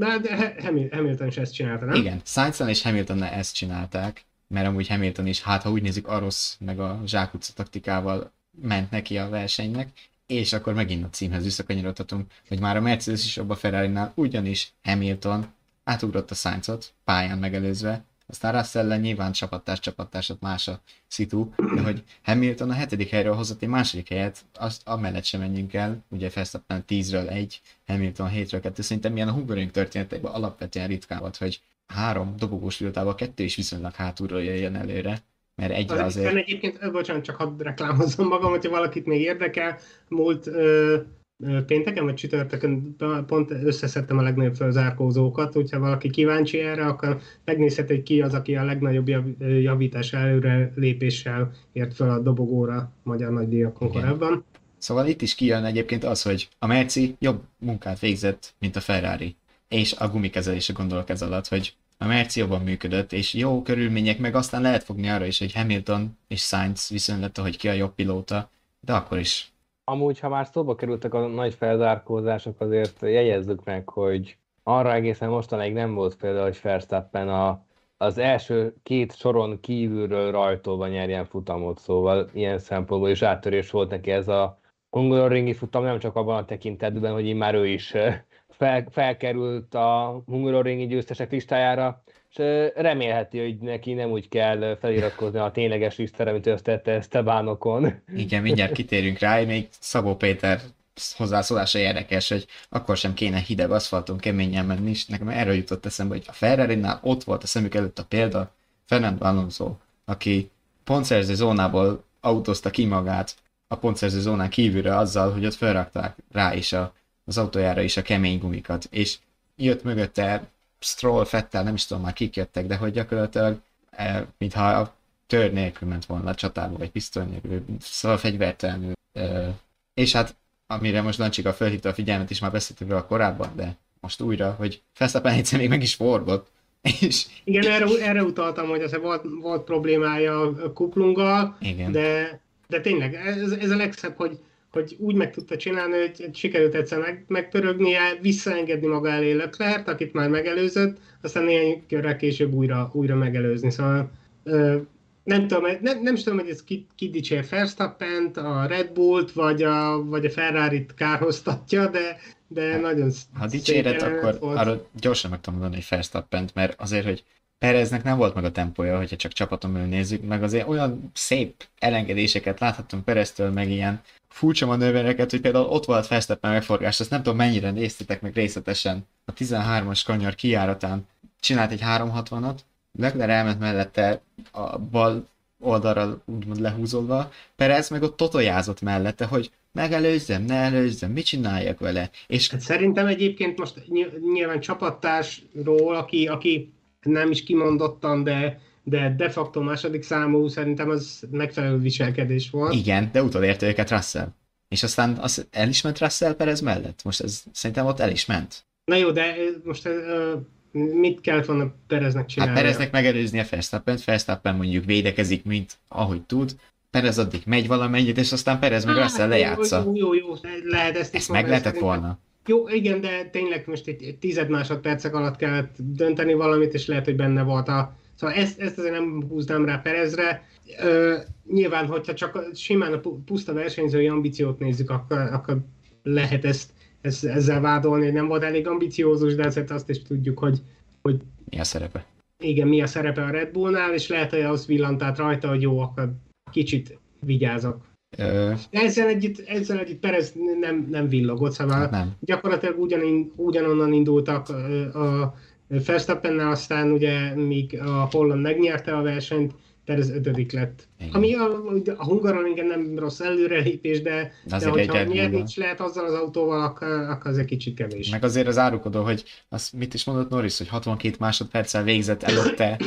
Speaker 5: De Hamilton is ezt csinálta, nem?
Speaker 3: Igen, Sainznál és Hamiltonnál ezt csinálták, mert amúgy Hamilton is, hát ha úgy nézik, a rossz, meg a zsákutca taktikával ment neki a versenynek, és akkor megint a címhez visszakanyarodhatunk, hogy már a Mercedes is jobb a Ferrarinál, ugyanis Hamilton átugrott a Sainzot, pályán megelőzve, aztán Russell-lel nyilván csapattársat más a szitu, de hogy Hamilton a 7. helyről hozott egy második helyet, azt amellett sem menjünk el, ugye Verstappen 10-ről 1, Hamilton 7-ről 2, szerintem milyen a Hungaroring történetekben alapvetően ritkán volt, hogy 3 dobogós pilótával 2 is viszonylag hátulról jöjjön előre, mert egyre azért...
Speaker 5: Egyébként, bocsánat, csak hadd reklámozzam magam, hogyha valakit még érdekel, múlt pénteken vagy csütörtökön pont összeszedtem a legnagyobb felzárkózókat, hogyha valaki kíváncsi erre, akkor megnézhet, hogy ki az, aki a legnagyobb javítás előre lépéssel ért fel a dobogóra magyar nagydíjakon
Speaker 3: Igen.
Speaker 5: korábban.
Speaker 3: Szóval itt is kijön egyébként az, hogy a Merci jobb munkát végzett, mint a Ferrari. És a gumikezelésre gondolok ez alatt, hogy a Merci jobban működött, és jó körülmények, meg aztán lehet fogni arra is, hogy Hamilton és Sainz viszonylatta, hogy ki a jobb pilóta, de akkor is.
Speaker 4: Amúgy, ha már szóba kerültek a nagy felzárkózások, azért jegyezzük meg, hogy arra egészen mostanáig nem volt például, hogy Verstappen az első 2 soron kívülről rajtolva nyerjen futamot, szóval ilyen szempontból is áttörés volt neki ez a hungaroringi futam, nem csak abban a tekintetben, hogy már ő is felkerült a hungaroringi győztesek listájára, és remélheti, hogy neki nem úgy kell feliratkozni a tényleges listára, mint ő azt tette Estebanokon.
Speaker 3: Igen, mindjárt kitérünk rá, még Szabó Péter hozzászólása érdekes, hogy akkor sem kéne hideg aszfalton keményen menni, és nekem erről jutott eszembe, hogy a Ferrarinál ott volt a szemük előtt a példa, Fernando Alonso, aki pontszerző zónából autózta ki magát a pontszerző zónán kívülre azzal, hogy ott felrakták rá is az autójára is a kemény gumikat, és jött mögötte Stroll, Vettel, nem is tudom már kik jöttek, de hogy gyakorlatilag mintha a tör nélkül ment volna a csatába, vagy pisztoly nélkül, szóval fegyvertelenül. És hát, amire most Lancsika felhívta a figyelmet, is már beszéltünk róla korábban, de most újra, hogy Verstappen egyszer még meg is forgott. És...
Speaker 5: Igen, erre utaltam, hogy azért volt problémája a kuplunggal,
Speaker 3: Igen.
Speaker 5: de tényleg ez a legszebb, hogy úgy meg tudta csinálni, hogy sikerült egyszer megpörögnie, visszaengedni maga elé Leclerc, akit már megelőzött, aztán néhány körrel később újra megelőzni. Szóval nem tudom, hogy ez ki dicsér Verstappent, a Red Bullt, vagy a Ferrarit kárhoztatja, de nagyon
Speaker 3: ha dicséret, akkor
Speaker 5: volt.
Speaker 3: arra gyorsan meg tudom mondani, hogy Verstappent, mert azért, hogy Pereznek nem volt meg a tempója, hogyha csak csapaton belül nézzük, meg azért olyan szép elengedéseket láthattunk Pereztől, meg ilyen furcsa manővereket, hogy például ott volt Verstappen megforgás, azt nem tudom mennyire néztétek meg részletesen. A 13-as kanyar kijáratán csinált egy 360-at, Leclerc elment mellette a bal oldalra úgymond lehúzódva, Perez meg ott totojázott mellette, hogy megelőzzem, ne előzzem, mit csináljak vele. És
Speaker 5: Hát szerintem egyébként most nyilván csapattársról, aki nem is kimondottan, de facto második számú, szerintem az megfelelő viselkedés volt.
Speaker 3: igen, de utolérte őket Russell. És aztán el is ment Russell Perez mellett. Most ez szerintem ott el is ment.
Speaker 5: Na jó, de most mit kellett volna Pereznek csinálni?
Speaker 3: Hát Pereznek megelőzni a Verstappen mondjuk védekezik, mint ahogy tud. Perez addig megy valamennyit, és aztán Perez meg Russell lejátsza.
Speaker 5: Jó, lehet ezt is
Speaker 3: Ezt meg lehetett volna.
Speaker 5: Jó, igen, de tényleg most egy 10 másodpercek alatt kellett dönteni valamit, és lehet, hogy benne volt a Szóval ezt azért nem húznám rá Perezre. Nyilván, hogyha csak simán a puszta versenyzői ambíciót nézzük, akkor lehet ezzel vádolni, hogy nem volt elég ambiciózus, de azért azt is tudjuk, hogy
Speaker 3: Mi a szerepe?
Speaker 5: igen, mi a szerepe a Red Bullnál, és lehet, hogy az villant át rajta, hogy jó, akkor kicsit vigyázok. Ezzel együtt Perez nem villogott, szóval
Speaker 3: nem.
Speaker 5: Gyakorlatilag ugyanonnan indultak a Verstappennel, aztán ugye míg a Holland megnyerte a versenyt, Perez 5. lett.
Speaker 3: Igen.
Speaker 5: Ami a Hungaroringen nem rossz előrelépés, de hogyha nyerni is lehet azzal az autóval, akkor az egy kicsit kevés.
Speaker 3: Meg azért az árulkodó, hogy azt mit is mondott Norris, hogy 62 másodperccel végzett előtte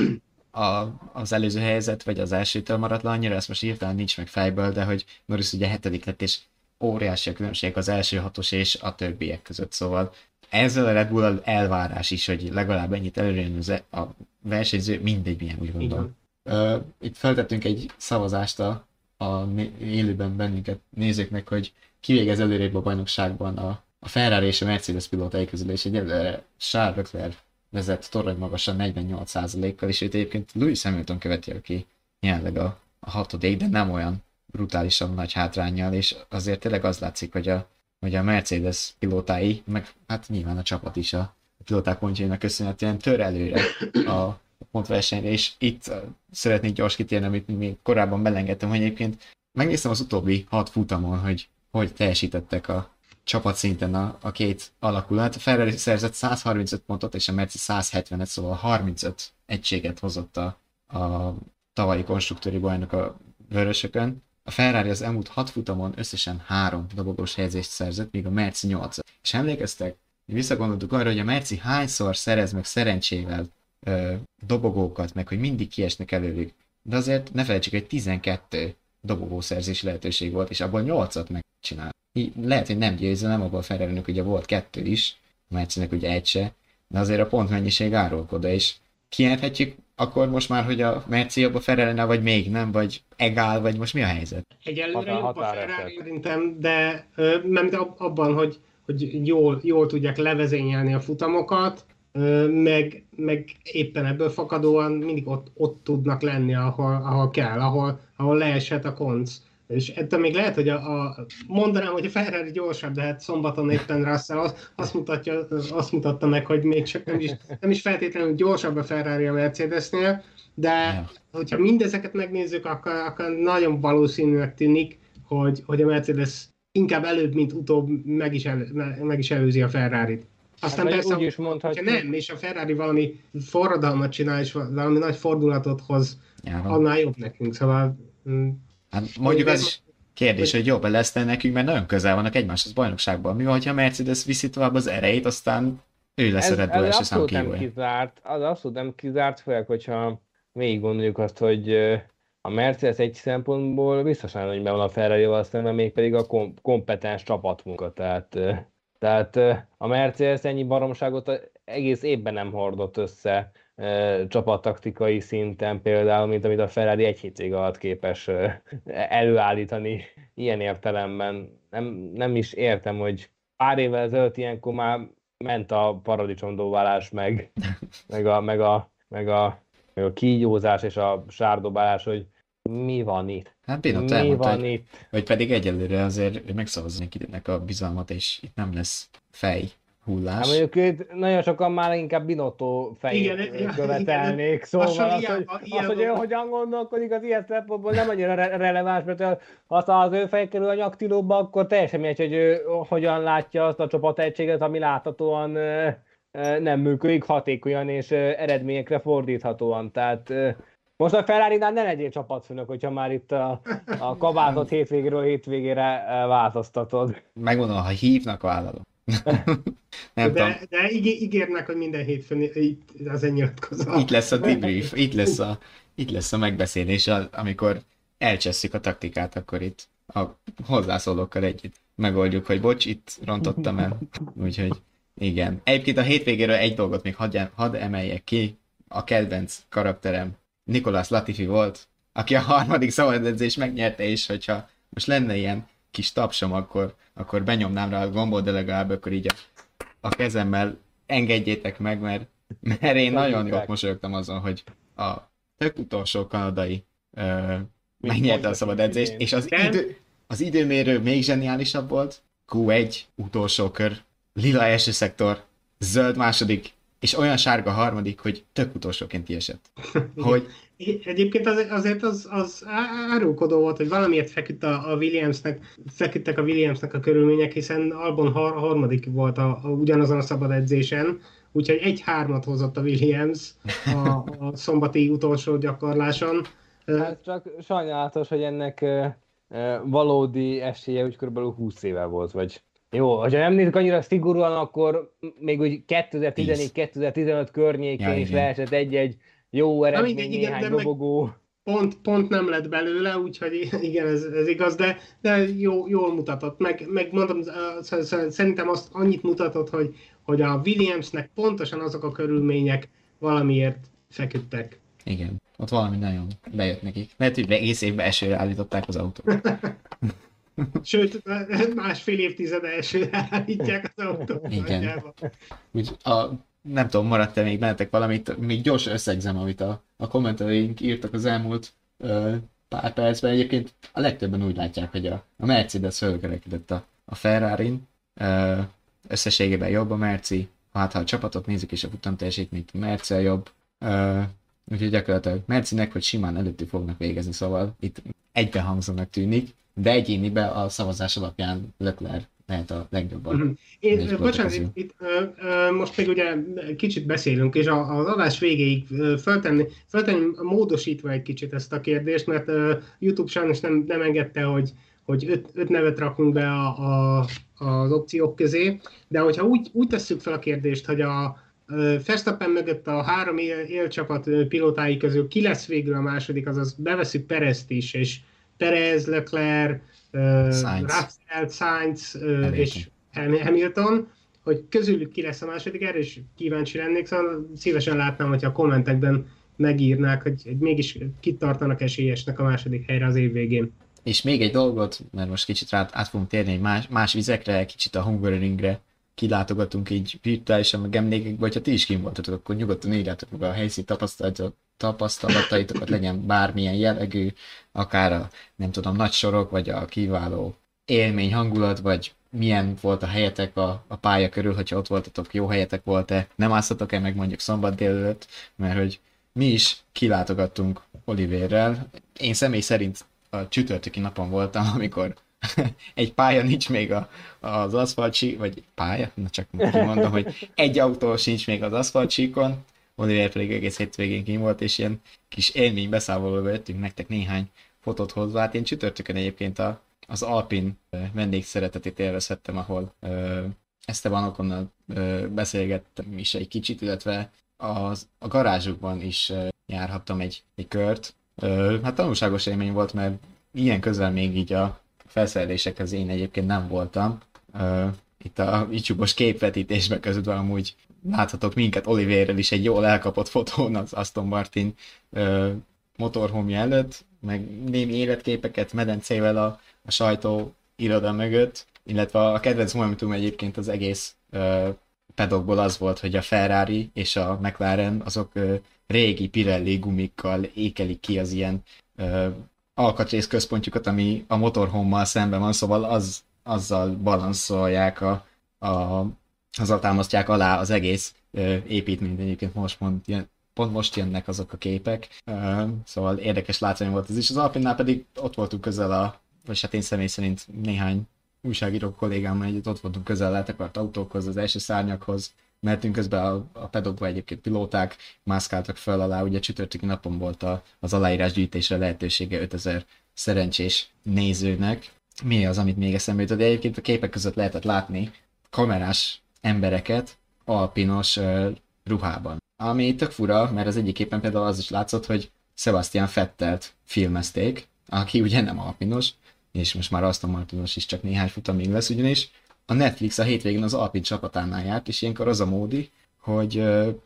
Speaker 3: az előző helyzet, vagy az elsőtől maradt le annyira, ezt most hirtelen nincs meg fejből, de hogy Norris ugye 7. lett, és óriási a különbség az első 6-os és a többiek között, szóval ezzel a Red Bull elvárás is, hogy legalább ennyit előre jön a versenyző, mindegy milyen, úgy gondolom. Itt feltettünk egy szavazást a élőben bennünket nézőknek, hogy kivégez előrébb a bajnokságban a Ferrari és a Mercedes pilótai közül, és egyelőre Charles Leclerc vezet torony magasan 48%-kal, és őt egyébként Lewis Hamilton követi, aki jelenleg a 6., de nem olyan brutálisan nagy hátránnyal, és azért tényleg az látszik, hogy a Mercedes pilótái, meg hát nyilván a csapat is a pilóták pontjainak köszönhetően tör előre a pontversenyre, és itt szeretnék gyors kitérni, amit még korábban belengedtem, hogy egyébként megnéztem az utóbbi 6 futamon, hogy teljesítettek a csapatszinten a két alakulat. A Ferrari szerzett 135 pontot, és a Mercedes 170-et, szóval 35 egységet hozott a tavalyi konstruktőri bajnok a vörösökön. A Ferrari az elmúlt 6 futamon összesen 3 dobogós helyezést szerzett, míg a Merci 8. És emlékeztek, hogy visszagondoltuk arra, hogy a Merci hányszor szerez meg szerencsével dobogókat, meg hogy mindig kiesnek előlük. De azért ne felejtsük, hogy 12 dobogószerzési lehetőség volt, és abból 8-at megcsinál. Lehet, hogy nem győzelem, abban a Ferrarinek ugye volt 2 is, a Mercinek ugye 1 se, de azért a pontmennyiség árulkoda, és kijelenthetjük akkor most már, hogy a Merci jobb a Ferrari-nál, vagy még nem, vagy egál, vagy most mi a helyzet?
Speaker 5: Egyelőre jobb a Ferrari szerintem, de nem abban, hogy jól tudják levezényelni a futamokat, meg éppen ebből fakadóan mindig ott tudnak lenni, ahol kell, ahol leeshet a konc. És ettől még lehet, hogy mondanám, hogy a Ferrari gyorsabb, de hát szombaton éppen Russell azt mutatta meg, hogy még csak nem is feltétlenül gyorsabb a Ferrari a Mercedesnél, de hogyha mindezeket megnézzük, akkor nagyon valószínűnek tűnik, hogy a Mercedes inkább előbb, mint utóbb meg is előzi a Ferrarit. Aztán
Speaker 4: hát
Speaker 5: persze,
Speaker 4: úgy is mondhatjuk,
Speaker 5: hogyha nem, és a Ferrari valami forradalmat csinál, és valami nagy fordulatot hoz, annál jobb nekünk, szóval...
Speaker 3: Hát mondjuk az is kérdés, hogy jobb lesz nekünk, mert nagyon közel vannak egymáshoz bajnokságban. Mi van, ha a Mercedes viszi tovább az erejét, aztán ő lesz a Red Bull első számú kívója.
Speaker 4: Az abszolút nem kizárt, főleg, hogyha végig gondoljuk azt, hogy a Mercedes egy szempontból biztosan nagyban van a Ferrari-val szemben, mégpedig a kompetens csapatmunka. Tehát a Mercedes ennyi baromságot egész évben nem hordott össze csapattaktikai szinten például, mint amit a Ferrari egy hétvég alatt képes előállítani ilyen értelemben. Nem is értem, hogy pár évvel ezelőtt ilyenkor már ment a paradicsomdobálás, meg a kígyózás és a sárdobálás, hogy mi van itt?
Speaker 3: Hát Binotto elmondta, hogy pedig egyelőre azért megszavazni mindenkinek a bizalmat, és itt nem lesz fejhullás.
Speaker 4: Hát mondjuk itt nagyon sokan már inkább Binotto fejét követelnék, igen, szóval hogy ő hogyan gondolkodik, az ilyen szempontból nem annyira releváns, mert ha az ő fej kerül a nyaktilóba, akkor teljesen mindegy, hogy ő hogyan látja azt a csapategységet, ami láthatóan nem működik hatékonyan és eredményekre fordíthatóan. Tehát most a Ferrari-nál ne legyél csapatfőnök, hogyha már itt a kabátot hétvégéről hétvégére változtatod.
Speaker 3: Megmondom, ha hívnak, vállalom.
Speaker 5: De ígérnek, hogy minden hétfőn itt az nyilatkozat.
Speaker 3: Itt lesz a debrief, itt lesz a megbeszélés, amikor elcsesszük a taktikát, akkor itt a hozzászólókkal együtt megoldjuk, hogy bocs, itt rontottam el. Úgyhogy igen. Egyébként a hétvégéről egy dolgot még hadd emeljek ki. A kedvenc karakterem Nicolas Latifi volt, aki a 3. szabadedzést megnyerte, és hogyha most lenne ilyen kis tapsom, akkor benyomnám rá a gombot, de legalább akkor így a kezemmel engedjétek meg, mert én nagyon jót mosolyogtam azon, hogy a tök utolsó kanadai megnyerte a szabad edzést, és az időmérő még zseniálisabb volt. Q1, utolsó kör, lila első szektor, zöld második, és olyan sárga harmadik, hogy tök utolsóként kiesett. Hogy...
Speaker 5: Egyébként azért az árulkodó volt, hogy valamiért feküdtek a Williamsnek a körülmények, hiszen Albon harmadik volt ugyanazon a szabad edzésen, úgyhogy 1-3-at hozott a Williams a szombati utolsó gyakorláson.
Speaker 4: Hát csak sajnálatos, hogy ennek valódi esélye úgy kb. 20 éve volt, vagy jó, ha nem nézzük annyira szigorúan, akkor még úgy 2014-2015 környékén is lehetett egy-egy jó eredmény, néhány dobogó.
Speaker 5: Pont nem lett belőle, úgyhogy igen, ez igaz, de jól mutatott. Meg mondom, szerintem azt annyit mutatott, hogy a Williamsnek pontosan azok a körülmények valamiért feküdtek.
Speaker 3: Igen, ott valami nagyon bejött nekik. Lehet, hogy egész évben esőre állították az autót.
Speaker 5: Sőt, másfél évtizede esőre állítják az autót.
Speaker 3: Igen. Úgy nem tudom, maradt-e még bennetek valamit, még gyorsan összegzem, amit a kommentelőink írtak az elmúlt pár percben. Egyébként a legtöbben úgy látják, hogy a Mercedes fölkerekedett a Ferrarin. Összességében jobb a Merci, ha a csapatot nézzük, és a futamteljesítményt a Merci a jobb. Úgyhogy gyakorlatilag Mercinek, hogy simán előtti fognak végezni, szóval itt egybehangzónak tűnik, de egyéniben a szavazás alapján Leclerc lehet a legjobban.
Speaker 5: Bocsánat, itt most még ugye kicsit beszélünk, és az adás végéig föltenni módosítva egy kicsit ezt a kérdést, mert YouTube sajnos nem engedte, hogy 5 nevet rakunk be az opciók közé, de hogyha úgy tesszük fel a kérdést, hogy a Verstappen mögött a 3 élcsapat pilótái közül ki lesz végül a második, azaz bevesszük Perezt is, és Perez, Leclerc, Russell, Sainz és Hamilton, hogy közülük ki lesz a második, erre is kíváncsi lennék, szóval szívesen látnám, hogyha a kommentekben megírnák, hogy mégis kit tartanak esélyesnek a második helyre az év végén.
Speaker 3: És még egy dolgot, mert most kicsit át fogunk térni egy más vizekre, kicsit a Hungaroringre kilátogatunk így virtuálisan, meg emlékekbe, hogyha ti is kint voltatok, akkor nyugodtan írjátok meg a helyszín tapasztalataitokat, legyen bármilyen jellegű, akár a, nem tudom, nagy sorok, vagy a kiváló élmény, hangulat, vagy milyen volt a helyetek a pálya körül, hogyha ott voltatok, jó helyetek volt-e, nem áztatok-e meg mondjuk szombat délelőtt, mert hogy mi is kilátogattunk Oliverrel. Én személy szerint a csütörtöki napon voltam, amikor egy pálya nincs még az aszfaltsík, vagy pálya, na csak kimondom, hogy egy autó sincs még az aszfaltsíkon, Oliver pedig egész hétvégén kim volt, és ilyen kis élmény beszámolóba jöttünk nektek néhány fotót hozzá. Hát én csütörtökön egyébként az Alpin vendégszeretetét élvezhettem, ahol Esteban Oconnal beszélgettem is egy kicsit, illetve a garázsukban is járhattam egy kört. Hát tanulságos élmény volt, mert ilyen közel még így a felszerelésekhez én egyébként nem voltam. Itt a YouTube-os képvetítésben között amúgy láthatok minket Oliverrel is egy jól elkapott fotón az Aston Martin motorhomja előtt, meg némi életképeket medencével a sajtó iroda mögött, illetve a kedvenc momentum egyébként az egész paddockból az volt, hogy a Ferrari és a McLaren azok régi Pirelli gumikkal ékelik ki az ilyen alkatrész központjukat, ami a motorhommal szemben van, szóval azzal balanszolják, azzal támasztják alá az egész építményt. Egyébként pont most jönnek azok a képek, szóval érdekes látvány volt ez is. Az Alpinnál pedig ott voltunk közel vagy hát én személy szerint néhány újságíró kollégámmal együtt ott voltunk közel letekart autókhoz, az első szárnyakhoz, mertünk közben a paddockba egyébként pilóták mászkáltak fel alá, ugye csütörtöki napon volt az aláírásgyűjtésre lehetősége 5000 szerencsés nézőnek. Mi az, amit még eszembe jutott? De egyébként a képek között lehetett látni kamerás embereket alpinos ruhában. Ami tök fura, mert az egyik képen például az is látszott, hogy Sebastian Vettelt filmezték, aki ugye nem alpinos, és most már Aston Martinos is csak néhány futamig lesz, ugyanis a Netflix a hétvégén az Alpin csapatánál járt, és ilyenkor az a módi, hogy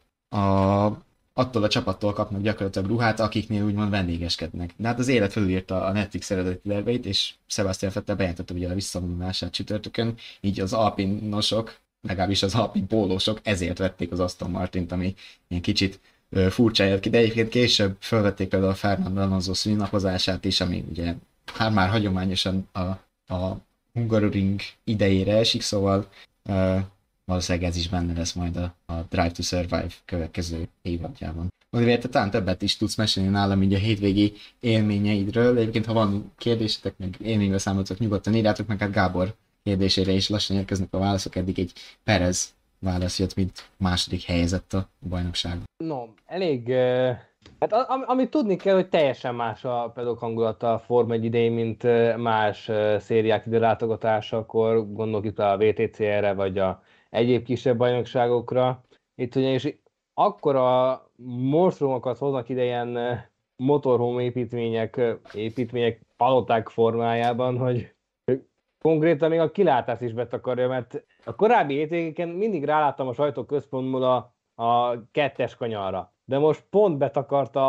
Speaker 3: attól a csapattól kapnak gyakorlatilag ruhát, akiknél úgymond vendégeskednek. De hát az élet felülírta a Netflix eredeti terveit, és Sebastian Vettel bejelentette ugye a visszavonulását csütörtökön, így az alpinosok, legalábbis az alpin pólósok ezért vették az Aston Martint, ami ilyen kicsit furcsa ki, de egyébként később felvették például a Fernando Alonso szülinapozását is, ami ugye már hagyományosan a Hungaroring idejére esik, szóval valószínűleg ez is benne lesz majd a Drive to Survive következő évadjában. Oliver, te talán többet is tudsz mesélni nálam így a hétvégi élményeidről. Egyébként, ha van kérdésetek, meg élménybeszámolatok, nyugodtan írjátok meg, hát Gábor kérdésére is lassan érkeznek a válaszok. Eddig egy Perez válasz jött, mint második helyezett a bajnokságban.
Speaker 4: No, elég... Hát amit tudni kell, hogy teljesen más a pedok hangulata a Forma 1 idején, mint más szériák időlátogatásakor, gondolok itt a VTCR-re, vagy a egyéb kisebb bajnokságokra. Itt ugyanis akkora monstrumokat hoznak ide ilyen motorhome építmények paloták formájában, hogy konkrétan még a kilátást is betakarja, mert a korábbi hétvégéken mindig ráláttam a sajtóközpontból a kettes kanyarra. De most pont betakarta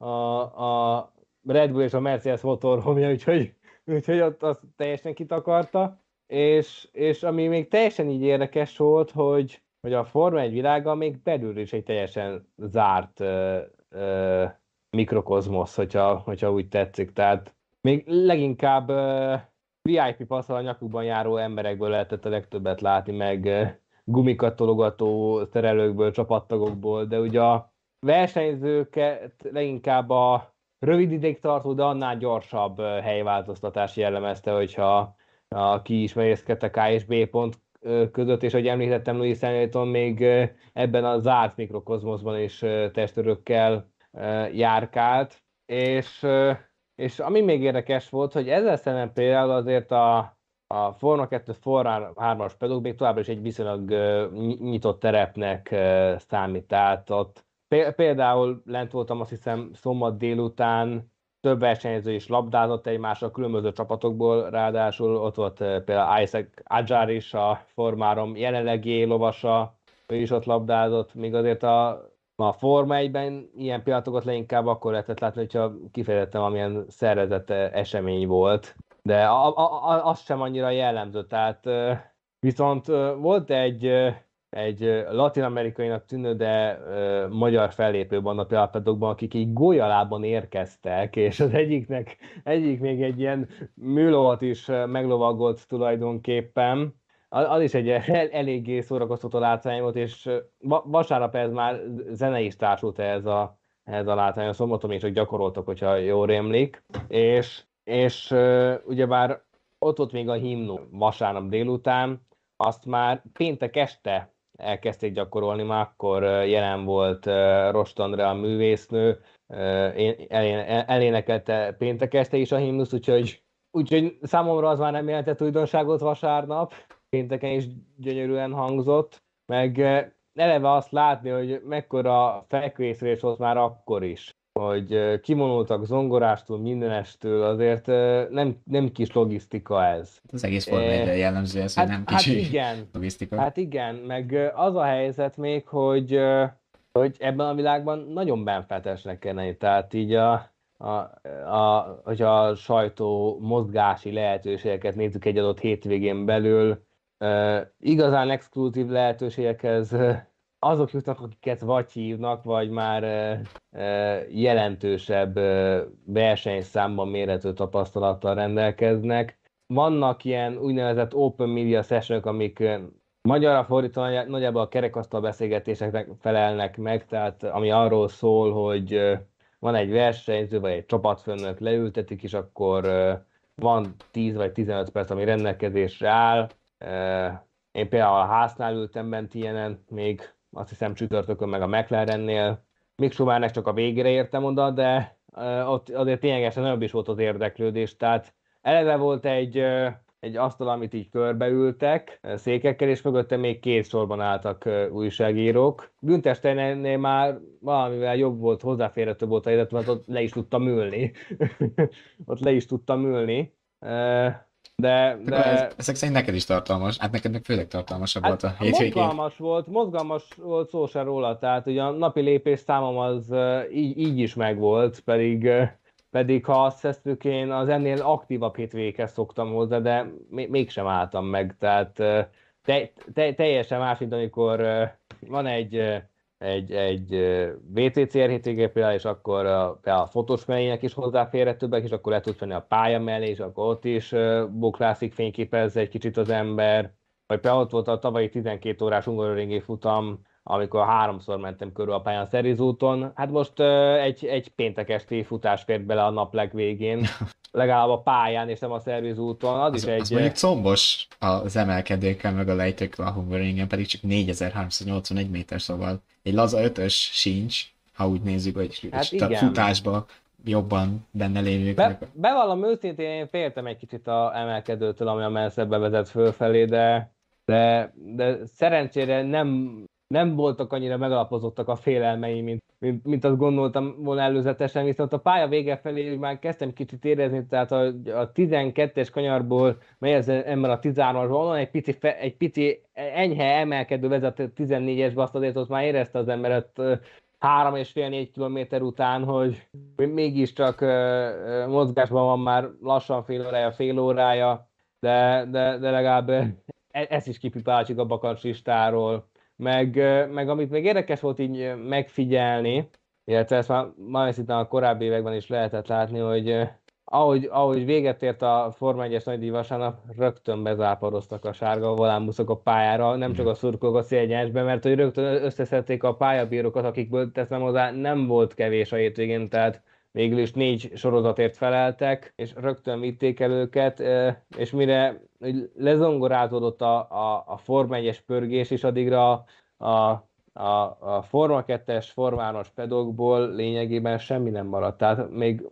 Speaker 4: a Red Bull és a Mercedes motorhomja, úgyhogy ott azt teljesen kitakarta. És ami még teljesen így érdekes volt, hogy a Forma 1 világa még belül is egy teljesen zárt mikrokozmosz, hogyha úgy tetszik. Tehát még leginkább VIP passzal a nyakukban járó emberekből lehetett a legtöbbet látni, meg gumikat tologató szerelőkből, csapattagokból, de ugye a versenyzőket leginkább a rövid ideig tartó, de annál gyorsabb helyváltoztatás jellemezte, hogyha ki is merészkedte K és B pont között, és ahogy említettem, Lewis Hamilton még ebben a zárt mikrokozmoszban is testőrökkel járkált, és ami még érdekes volt, hogy ezzel szemben például azért a Forma 2, Forma 3-as pedok még továbbra is egy viszonylag nyitott terepnek számít. Tehát ott például lent voltam, azt hiszem, szombat délután, több versenyző is labdázott egymással különböző csapatokból, ráadásul ott volt például Isaac Adjar is, a Forma 3 jelenlegi lovasa, ő is ott labdázott, míg azért a Forma 1-ben ilyen pillanatokat leginkább akkor lehetett látni, hogyha kifejezetten valamilyen szervezett esemény volt. De az sem annyira jellemző, tehát viszont volt egy latin-amerikainak tűnő, de magyar fellépő banda például, akik így gólyalában érkeztek, és az egyik még egy ilyen műlovat is meglovagolt tulajdonképpen. Az is egy eléggé szórakoztató látvány volt, és vasárnap ez már zene is társult ehhez a látványon, szombaton még csak gyakoroltak, hogyha jól rémlik, és ugyebár ott volt még a himnu vasárnap délután, azt már péntek este elkezdték gyakorolni, már akkor jelen volt Rost Andrea a művésznő, elénekelte péntek este is a himnusz, úgyhogy számomra az már nem jelentett újdonságot vasárnap, pénteken is gyönyörűen hangzott, meg eleve azt látni, hogy mekkora felkészülés volt már akkor is, hogy kivonultak zongorástól, mindenestől, azért nem kis logisztika ez.
Speaker 3: Az egész Forma 1-re jellemző ez, hogy nem kicsi logisztika. Hát igen, meg az a helyzet még, hogy ebben a világban nagyon benfentesnek kell lenni, tehát így hogyha a sajtó mozgási lehetőségeket nézzük egy adott hétvégén belül, igazán exkluzív lehetőségekhez azok jutnak, akiket vagy hívnak, vagy már jelentősebb versenyszámban mérhető tapasztalattal rendelkeznek. Vannak ilyen úgynevezett open media sessionok, amik magyarra fordítva nagyjából a kerekasztal beszélgetéseknek felelnek meg, tehát ami arról szól, hogy van egy versenyző, vagy egy csapatfőnök, leültetik, és akkor van 10 vagy 15 perc, ami rendelkezésre áll. Én például a háznál ültem bent ilyenen, még azt hiszem csütörtökön meg a McLarennél. Mick Schumachernek csak a végére értem oda, de ott azért ténylegesen nagyobb is volt az érdeklődés. Tehát eleve volt egy asztal, amit így körbeültek székekkel, és mögötte még két sorban álltak újságírók. Günther Steinernél már valamivel jobb volt, hozzáférhető volt a helyzet, mert ott le is tudtam ülni. Ott le is tudtam ülni. De ezek szerint neked is tartalmas, hát neked meg főleg tartalmasabb volt a hétvégén.
Speaker 4: Mozgalmas volt, szó se róla, tehát ugye a napi lépés számom az így is megvolt, pedig ha azt hiszük, én az ennél aktívabb hétvégéhez szoktam hozzá, de mégsem álltam meg, tehát teljesen más, mint amikor van egy egy VTCR hétvégén például, és akkor a fotós mellének is hozzáférhet többek, és akkor le tud venni a pálya mellé, és akkor ott is buklászik, fényképezze egy kicsit az ember. Vagy például ott volt a tavalyi 12 órás hungaroringi futam, amikor 3-szor mentem körül a pályán Szerizúton. Hát most egy péntek esti futás fért bele a nap legvégén, legalább a pályán, és nem a szervizúton.
Speaker 3: Az mondjuk combos az emelkedőkkel, meg a lejtőkkel a Hungaroringen, pedig csak 4381 méter, szóval egy laza 5-ös sincs, ha úgy nézzük, hogy hát futásba jobban benne lévők.
Speaker 4: Bevallom őszintén, én féltem egy kicsit a emelkedőtől, ami a menszebbe vezet fölfelé, de szerencsére nem voltak annyira megalapozottak a félelmeim, mint azt gondoltam volna előzetesen, viszont a pálya vége felé már kezdtem kicsit érezni, tehát a 12-es kanyarból megy az ember a 13-asba, onnan egy pici enyhe emelkedő vezet a 14-esbe, azt azért ott már érezte az emberet 3,5-4 kilométer után, hogy mégiscsak mozgásban van már lassan fél órája, de legalább ez is kipipálcsik a bakancslistáról. Meg amit még érdekes volt így megfigyelni, illetve ezt már szinte a korábbi években is lehetett látni, hogy ahogy véget ért a Forma 1-es nagydíj vasárnap, rögtön bezáporoztak a sárga volánbuszok a pályára, nem csak a szurkolók a szélegyensbe, mert hogy rögtön összeszedték a pályabírókat, akikből teszem hozzá nem volt kevés a hétvégén, tehát végül is 4 sorozatért feleltek, és rögtön vitték el őket, és mire lezongorázódott a Forma 1-es pörgés, és addigra a Forma 2-es formáros pedokból lényegében semmi nem maradt. Tehát még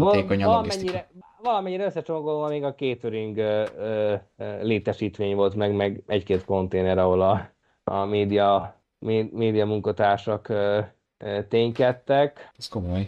Speaker 4: valamennyire összecsomagolva még a catering létesítmény volt, meg egy-két konténer, ahol a média munkatársak ténykedtek.
Speaker 3: Ez komoly.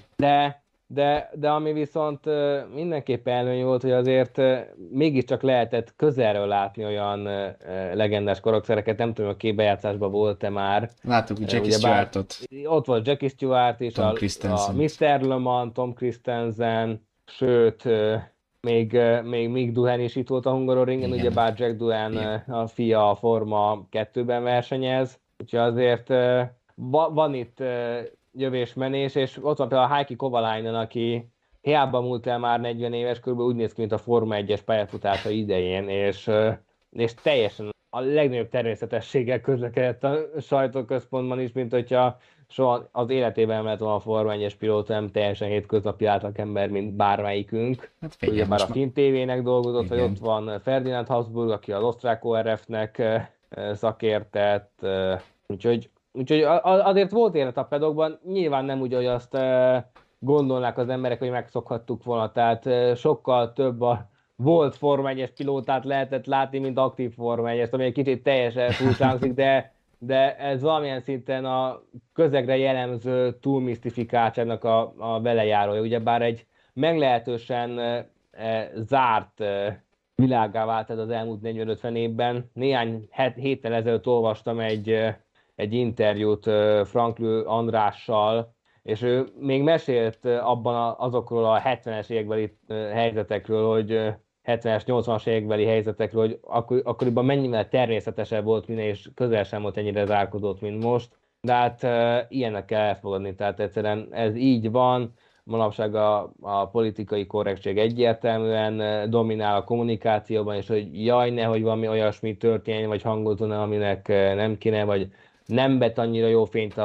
Speaker 4: De ami viszont mindenképpen előny volt, hogy azért mégiscsak lehetett közelről látni olyan legendás karaktereket, nem tudom, a képbejátszásban volt-e már.
Speaker 3: Láttuk Jackie Stewartot.
Speaker 4: Ott volt Jackie Stewart is, a Mr. Le Mans, Tom Christensen, sőt, még Mick Duhan is itt volt a Hungaroringen, ugyebár Jack Duhan a fia a Forma 2-ben versenyez, úgyhogy azért van itt jövés-menés, és ott van például a Heikki Kovalainen, aki hiába múlt el már 40 éves, körülbelül úgy néz ki, mint a Forma 1-es pályafutása idején, és teljesen a legnagyobb természetességgel közlekedett a sajtóközpontban is, mint hogyha soha az életében nem lett volna a Forma 1-es pilóta, nem teljesen hétköznapi átlagember, mint bármelyikünk. Hát ugye már a Finn TV-nek dolgozott, hogy ott van Ferdinand Habsburg, aki az osztrák ORF-nek szakértett, úgyhogy azért volt élet a pedokban, nyilván nem úgy, hogy azt gondolnák az emberek, hogy megszokhattuk volna, tehát sokkal több a volt Forma 1-es pilótát lehetett látni, mint aktív Forma 1-es, ami egy kicsit teljesen furcsánzik, de ez valamilyen szinten a közegre jellemző túlmisztifikáltságnak a velejárója. Ugyebár egy meglehetősen zárt világgá vált ez az elmúlt 40-50 évben. Néhány héttel ezelőtt olvastam egy interjút Franklő Andrással, és ő még mesélt abban azokról a 70-es évekbeli helyzetekről, hogy 70-es, 80-as évekbeli helyzetekről, hogy akkoriban mennyivel természetesebb volt minden, és közel sem volt ennyire zárkodott, mint most. De hát ilyennek kell elfogadni, tehát egyszerűen ez így van. Manapság a politikai korrektség egyértelműen dominál a kommunikációban, és hogy jaj, nehogy valami olyasmi történjen, vagy hangozzon, aminek nem kéne, vagy nem vet annyira jó fényt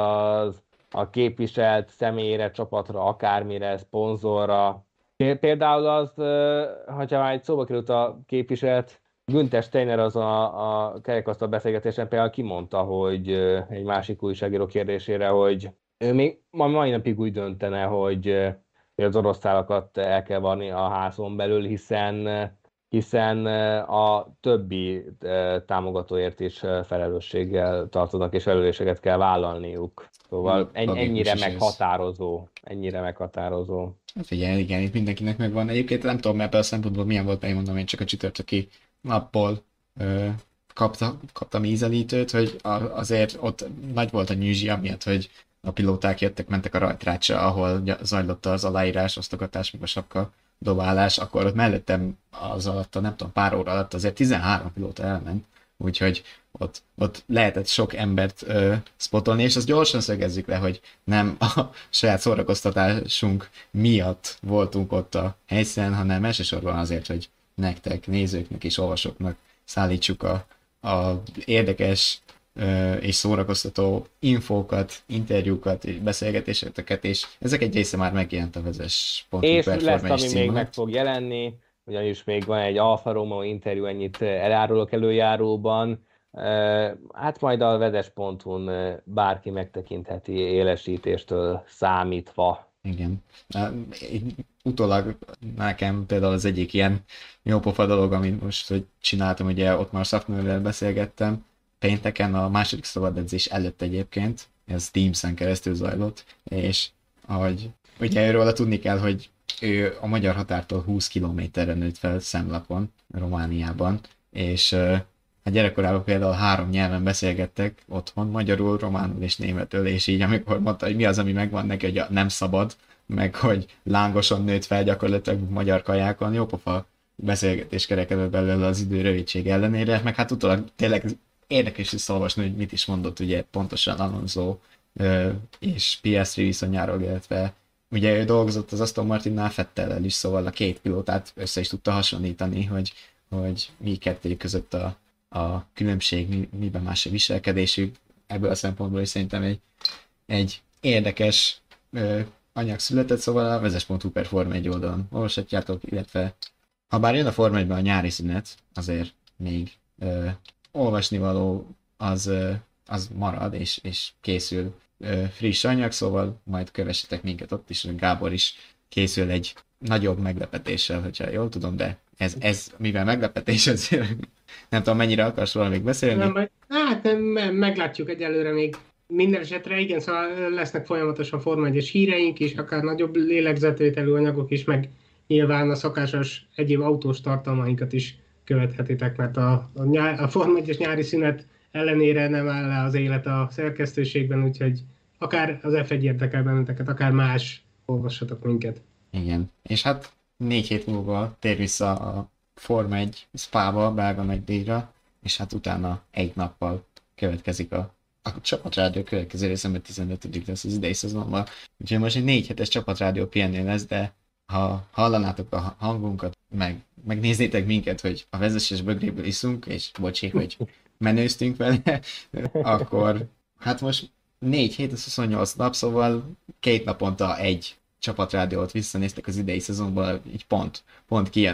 Speaker 4: a képviselt személyre, csapatra, akármire, szponzorra. Például az, hogyha már egy szóba került a képviselt, Günther Steiner azon a kerekasztal beszélgetésen például kimondta, hogy egy másik újságíró kérdésére, hogy ő még mai napig úgy döntene, hogy az orosz szálakat el kell varni a házon belül, hiszen a többi támogatóért is felelősséggel tartoznak, és felelősséget kell vállalniuk. Szóval ennyire meghatározó.
Speaker 3: Hát figyelj, igen, itt mindenkinek megvan. Egyébként nem tudom, mert a szempontból milyen volt, megmondom, én csak a csütörtöki napból kaptam ízelítőt, hogy azért ott nagy volt a nyűzsi, amiatt, hogy a pilóták mentek a rajtrácsra, ahol zajlott az aláírás, osztogatás, meg a sapka dobálás, akkor ott mellettem az alatt, nem tudom, pár óra alatt azért 13 pilóta elment, úgyhogy ott lehetett sok embert spotolni, és azt gyorsan szögezzük le, hogy nem a saját szórakoztatásunk miatt voltunk ott a helyszínen, hanem elsősorban azért, hogy nektek, nézőknek és olvasóknak szállítsuk a érdekes és szórakoztató infókat, interjúkat, és beszélgetéseket, és ezek egy része már megjelent a vezes.hu
Speaker 4: És
Speaker 3: per
Speaker 4: lesz,
Speaker 3: Forma 1
Speaker 4: ami még
Speaker 3: címben.
Speaker 4: meg fog jelenni, ugyanis még van egy Alfa Romeo interjú, ennyit elárulok előjáróban. Hát majd a vezes.hu-n bárki megtekintheti élesítéstől számítva.
Speaker 3: Igen. Utólag nekem például az egyik ilyen jópofa dolog, amit most hogy csináltam, ugye ott már Szafnővel beszélgettem, pénteken a második szabadedzés előtt egyébként, ez Teams-en keresztül zajlott, és ahogy ugye őről tudni kell, hogy ő a magyar határtól 20 kilométerre nőtt fel Szemlakon, Romániában, és a gyerekkorában például 3 nyelven beszélgettek otthon, magyarul, románul és németül, és így amikor mondta, hogy mi az, ami megvan neki, hogy nem szabad, meg hogy lángosan nőtt fel gyakorlatilag magyar kajákon, jópofa beszélgetés kerekedett belőle az idő rövidség ellenére, meg hát utólag tényleg érdekes is olvasni, hogy mit is mondott ugye pontosan Alonso és Piastri viszonyáról, illetve ugye ő dolgozott az Aston Martinnál Vettellel is, szóval a két pilótát össze is tudta hasonlítani, hogy mi kettőjük között a különbség, miben más a viselkedésük. Ebből a szempontból is szerintem egy érdekes anyag született, szóval a vezes.hu per Forma 1 oldalon olvashatjátok, illetve ha bár jön a Forma 1-ben a nyári szünet, azért még olvasnivaló az marad, és készül friss anyag, szóval majd kövessetek minket ott is, Gábor is készül egy nagyobb meglepetéssel, hogyha jól tudom, de ez mivel meglepetés, azért nem tudom, mennyire akarsz róla még beszélni.
Speaker 5: Nem, meglátjuk egyelőre még. Minden esetre igen, szóval lesznek folyamatosan Forma 1-es híreink is, akár nagyobb lélegzetvételű anyagok is, meg nyilván a szokásos egyéb autós tartalmainkat is követhetitek, mert a Forma 1-es nyári szünet ellenére nem áll le az élet a szerkesztőségben, úgyhogy akár az F1 érdekel benneteket, akár más, olvassatok minket.
Speaker 3: Igen, és hát 4 hét múlva tér vissza a Forma 1 Spa-ba, belga nagydíjra, és hát utána egy nappal következik a csapatrádió következő részemben 15. lesz az idei szezonban. Úgyhogy most egy 4 hetes csapatrádió pihenő lesz, de ha hallanátok a hangunkat, megnéznétek minket, hogy a vezetés bögréből iszunk, és bocsi, hogy menőztünk vele, akkor hát most 4 hét, az 28 nap, szóval 2 naponta egy csapatrádiót visszanéztek az idei szezonban, így pont kijön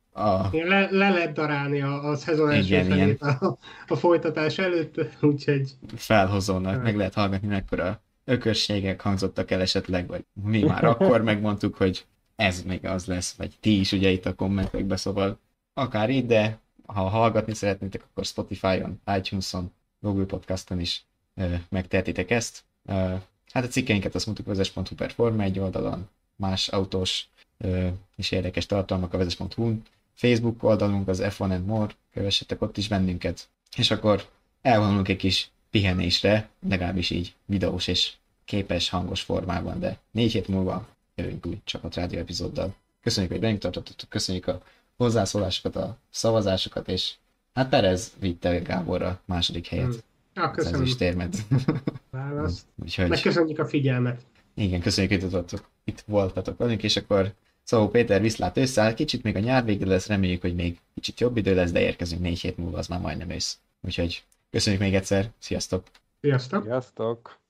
Speaker 5: Le lehet darálni a szezon első felét a folytatás előtt, úgyhogy...
Speaker 3: Felhozónak, meg lehet hallgatni, mekkora ökörségek hangzottak el esetleg, vagy mi már akkor megmondtuk, hogy ez még az lesz, vagy ti is ugye itt a kommentekben, szóval akár így, de ha hallgatni szeretnétek, akkor Spotify-on, iTunes-on, Google Podcast-on is megtehetitek ezt. Hát a cikkeinket azt mondtuk vezes.hu per Forma 1 oldalon, más autós és érdekes tartalmak a vezes.hu-n, Facebook oldalunk az F1 and More, kövessetek ott is bennünket, és akkor elvonulunk egy kis pihenésre, legalábbis így videós és képes, hangos formában, de 4 hét múlva jövünk új csapatrádió epizóddal. Köszönjük, hogy velünk tartottatok, köszönjük a hozzászólásokat, a szavazásokat, és hát Perez vitte Gáborra második helyet.
Speaker 5: Köszönöm.
Speaker 3: Ez is térmet.
Speaker 5: Válasz.
Speaker 3: Úgyhogy...
Speaker 5: Megköszönjük a figyelmet.
Speaker 3: Igen, köszönjük, hogy itt voltatok velünk, és akkor Szabó Péter viszlát ősszel, kicsit még a nyár végül lesz, reméljük, hogy még kicsit jobb idő lesz, de érkezünk 4 hét múlva, az már majdnem ősz. Úgyhogy köszönjük még egyszer, sziasztok!
Speaker 5: Sziasztok!
Speaker 4: Sziasztok!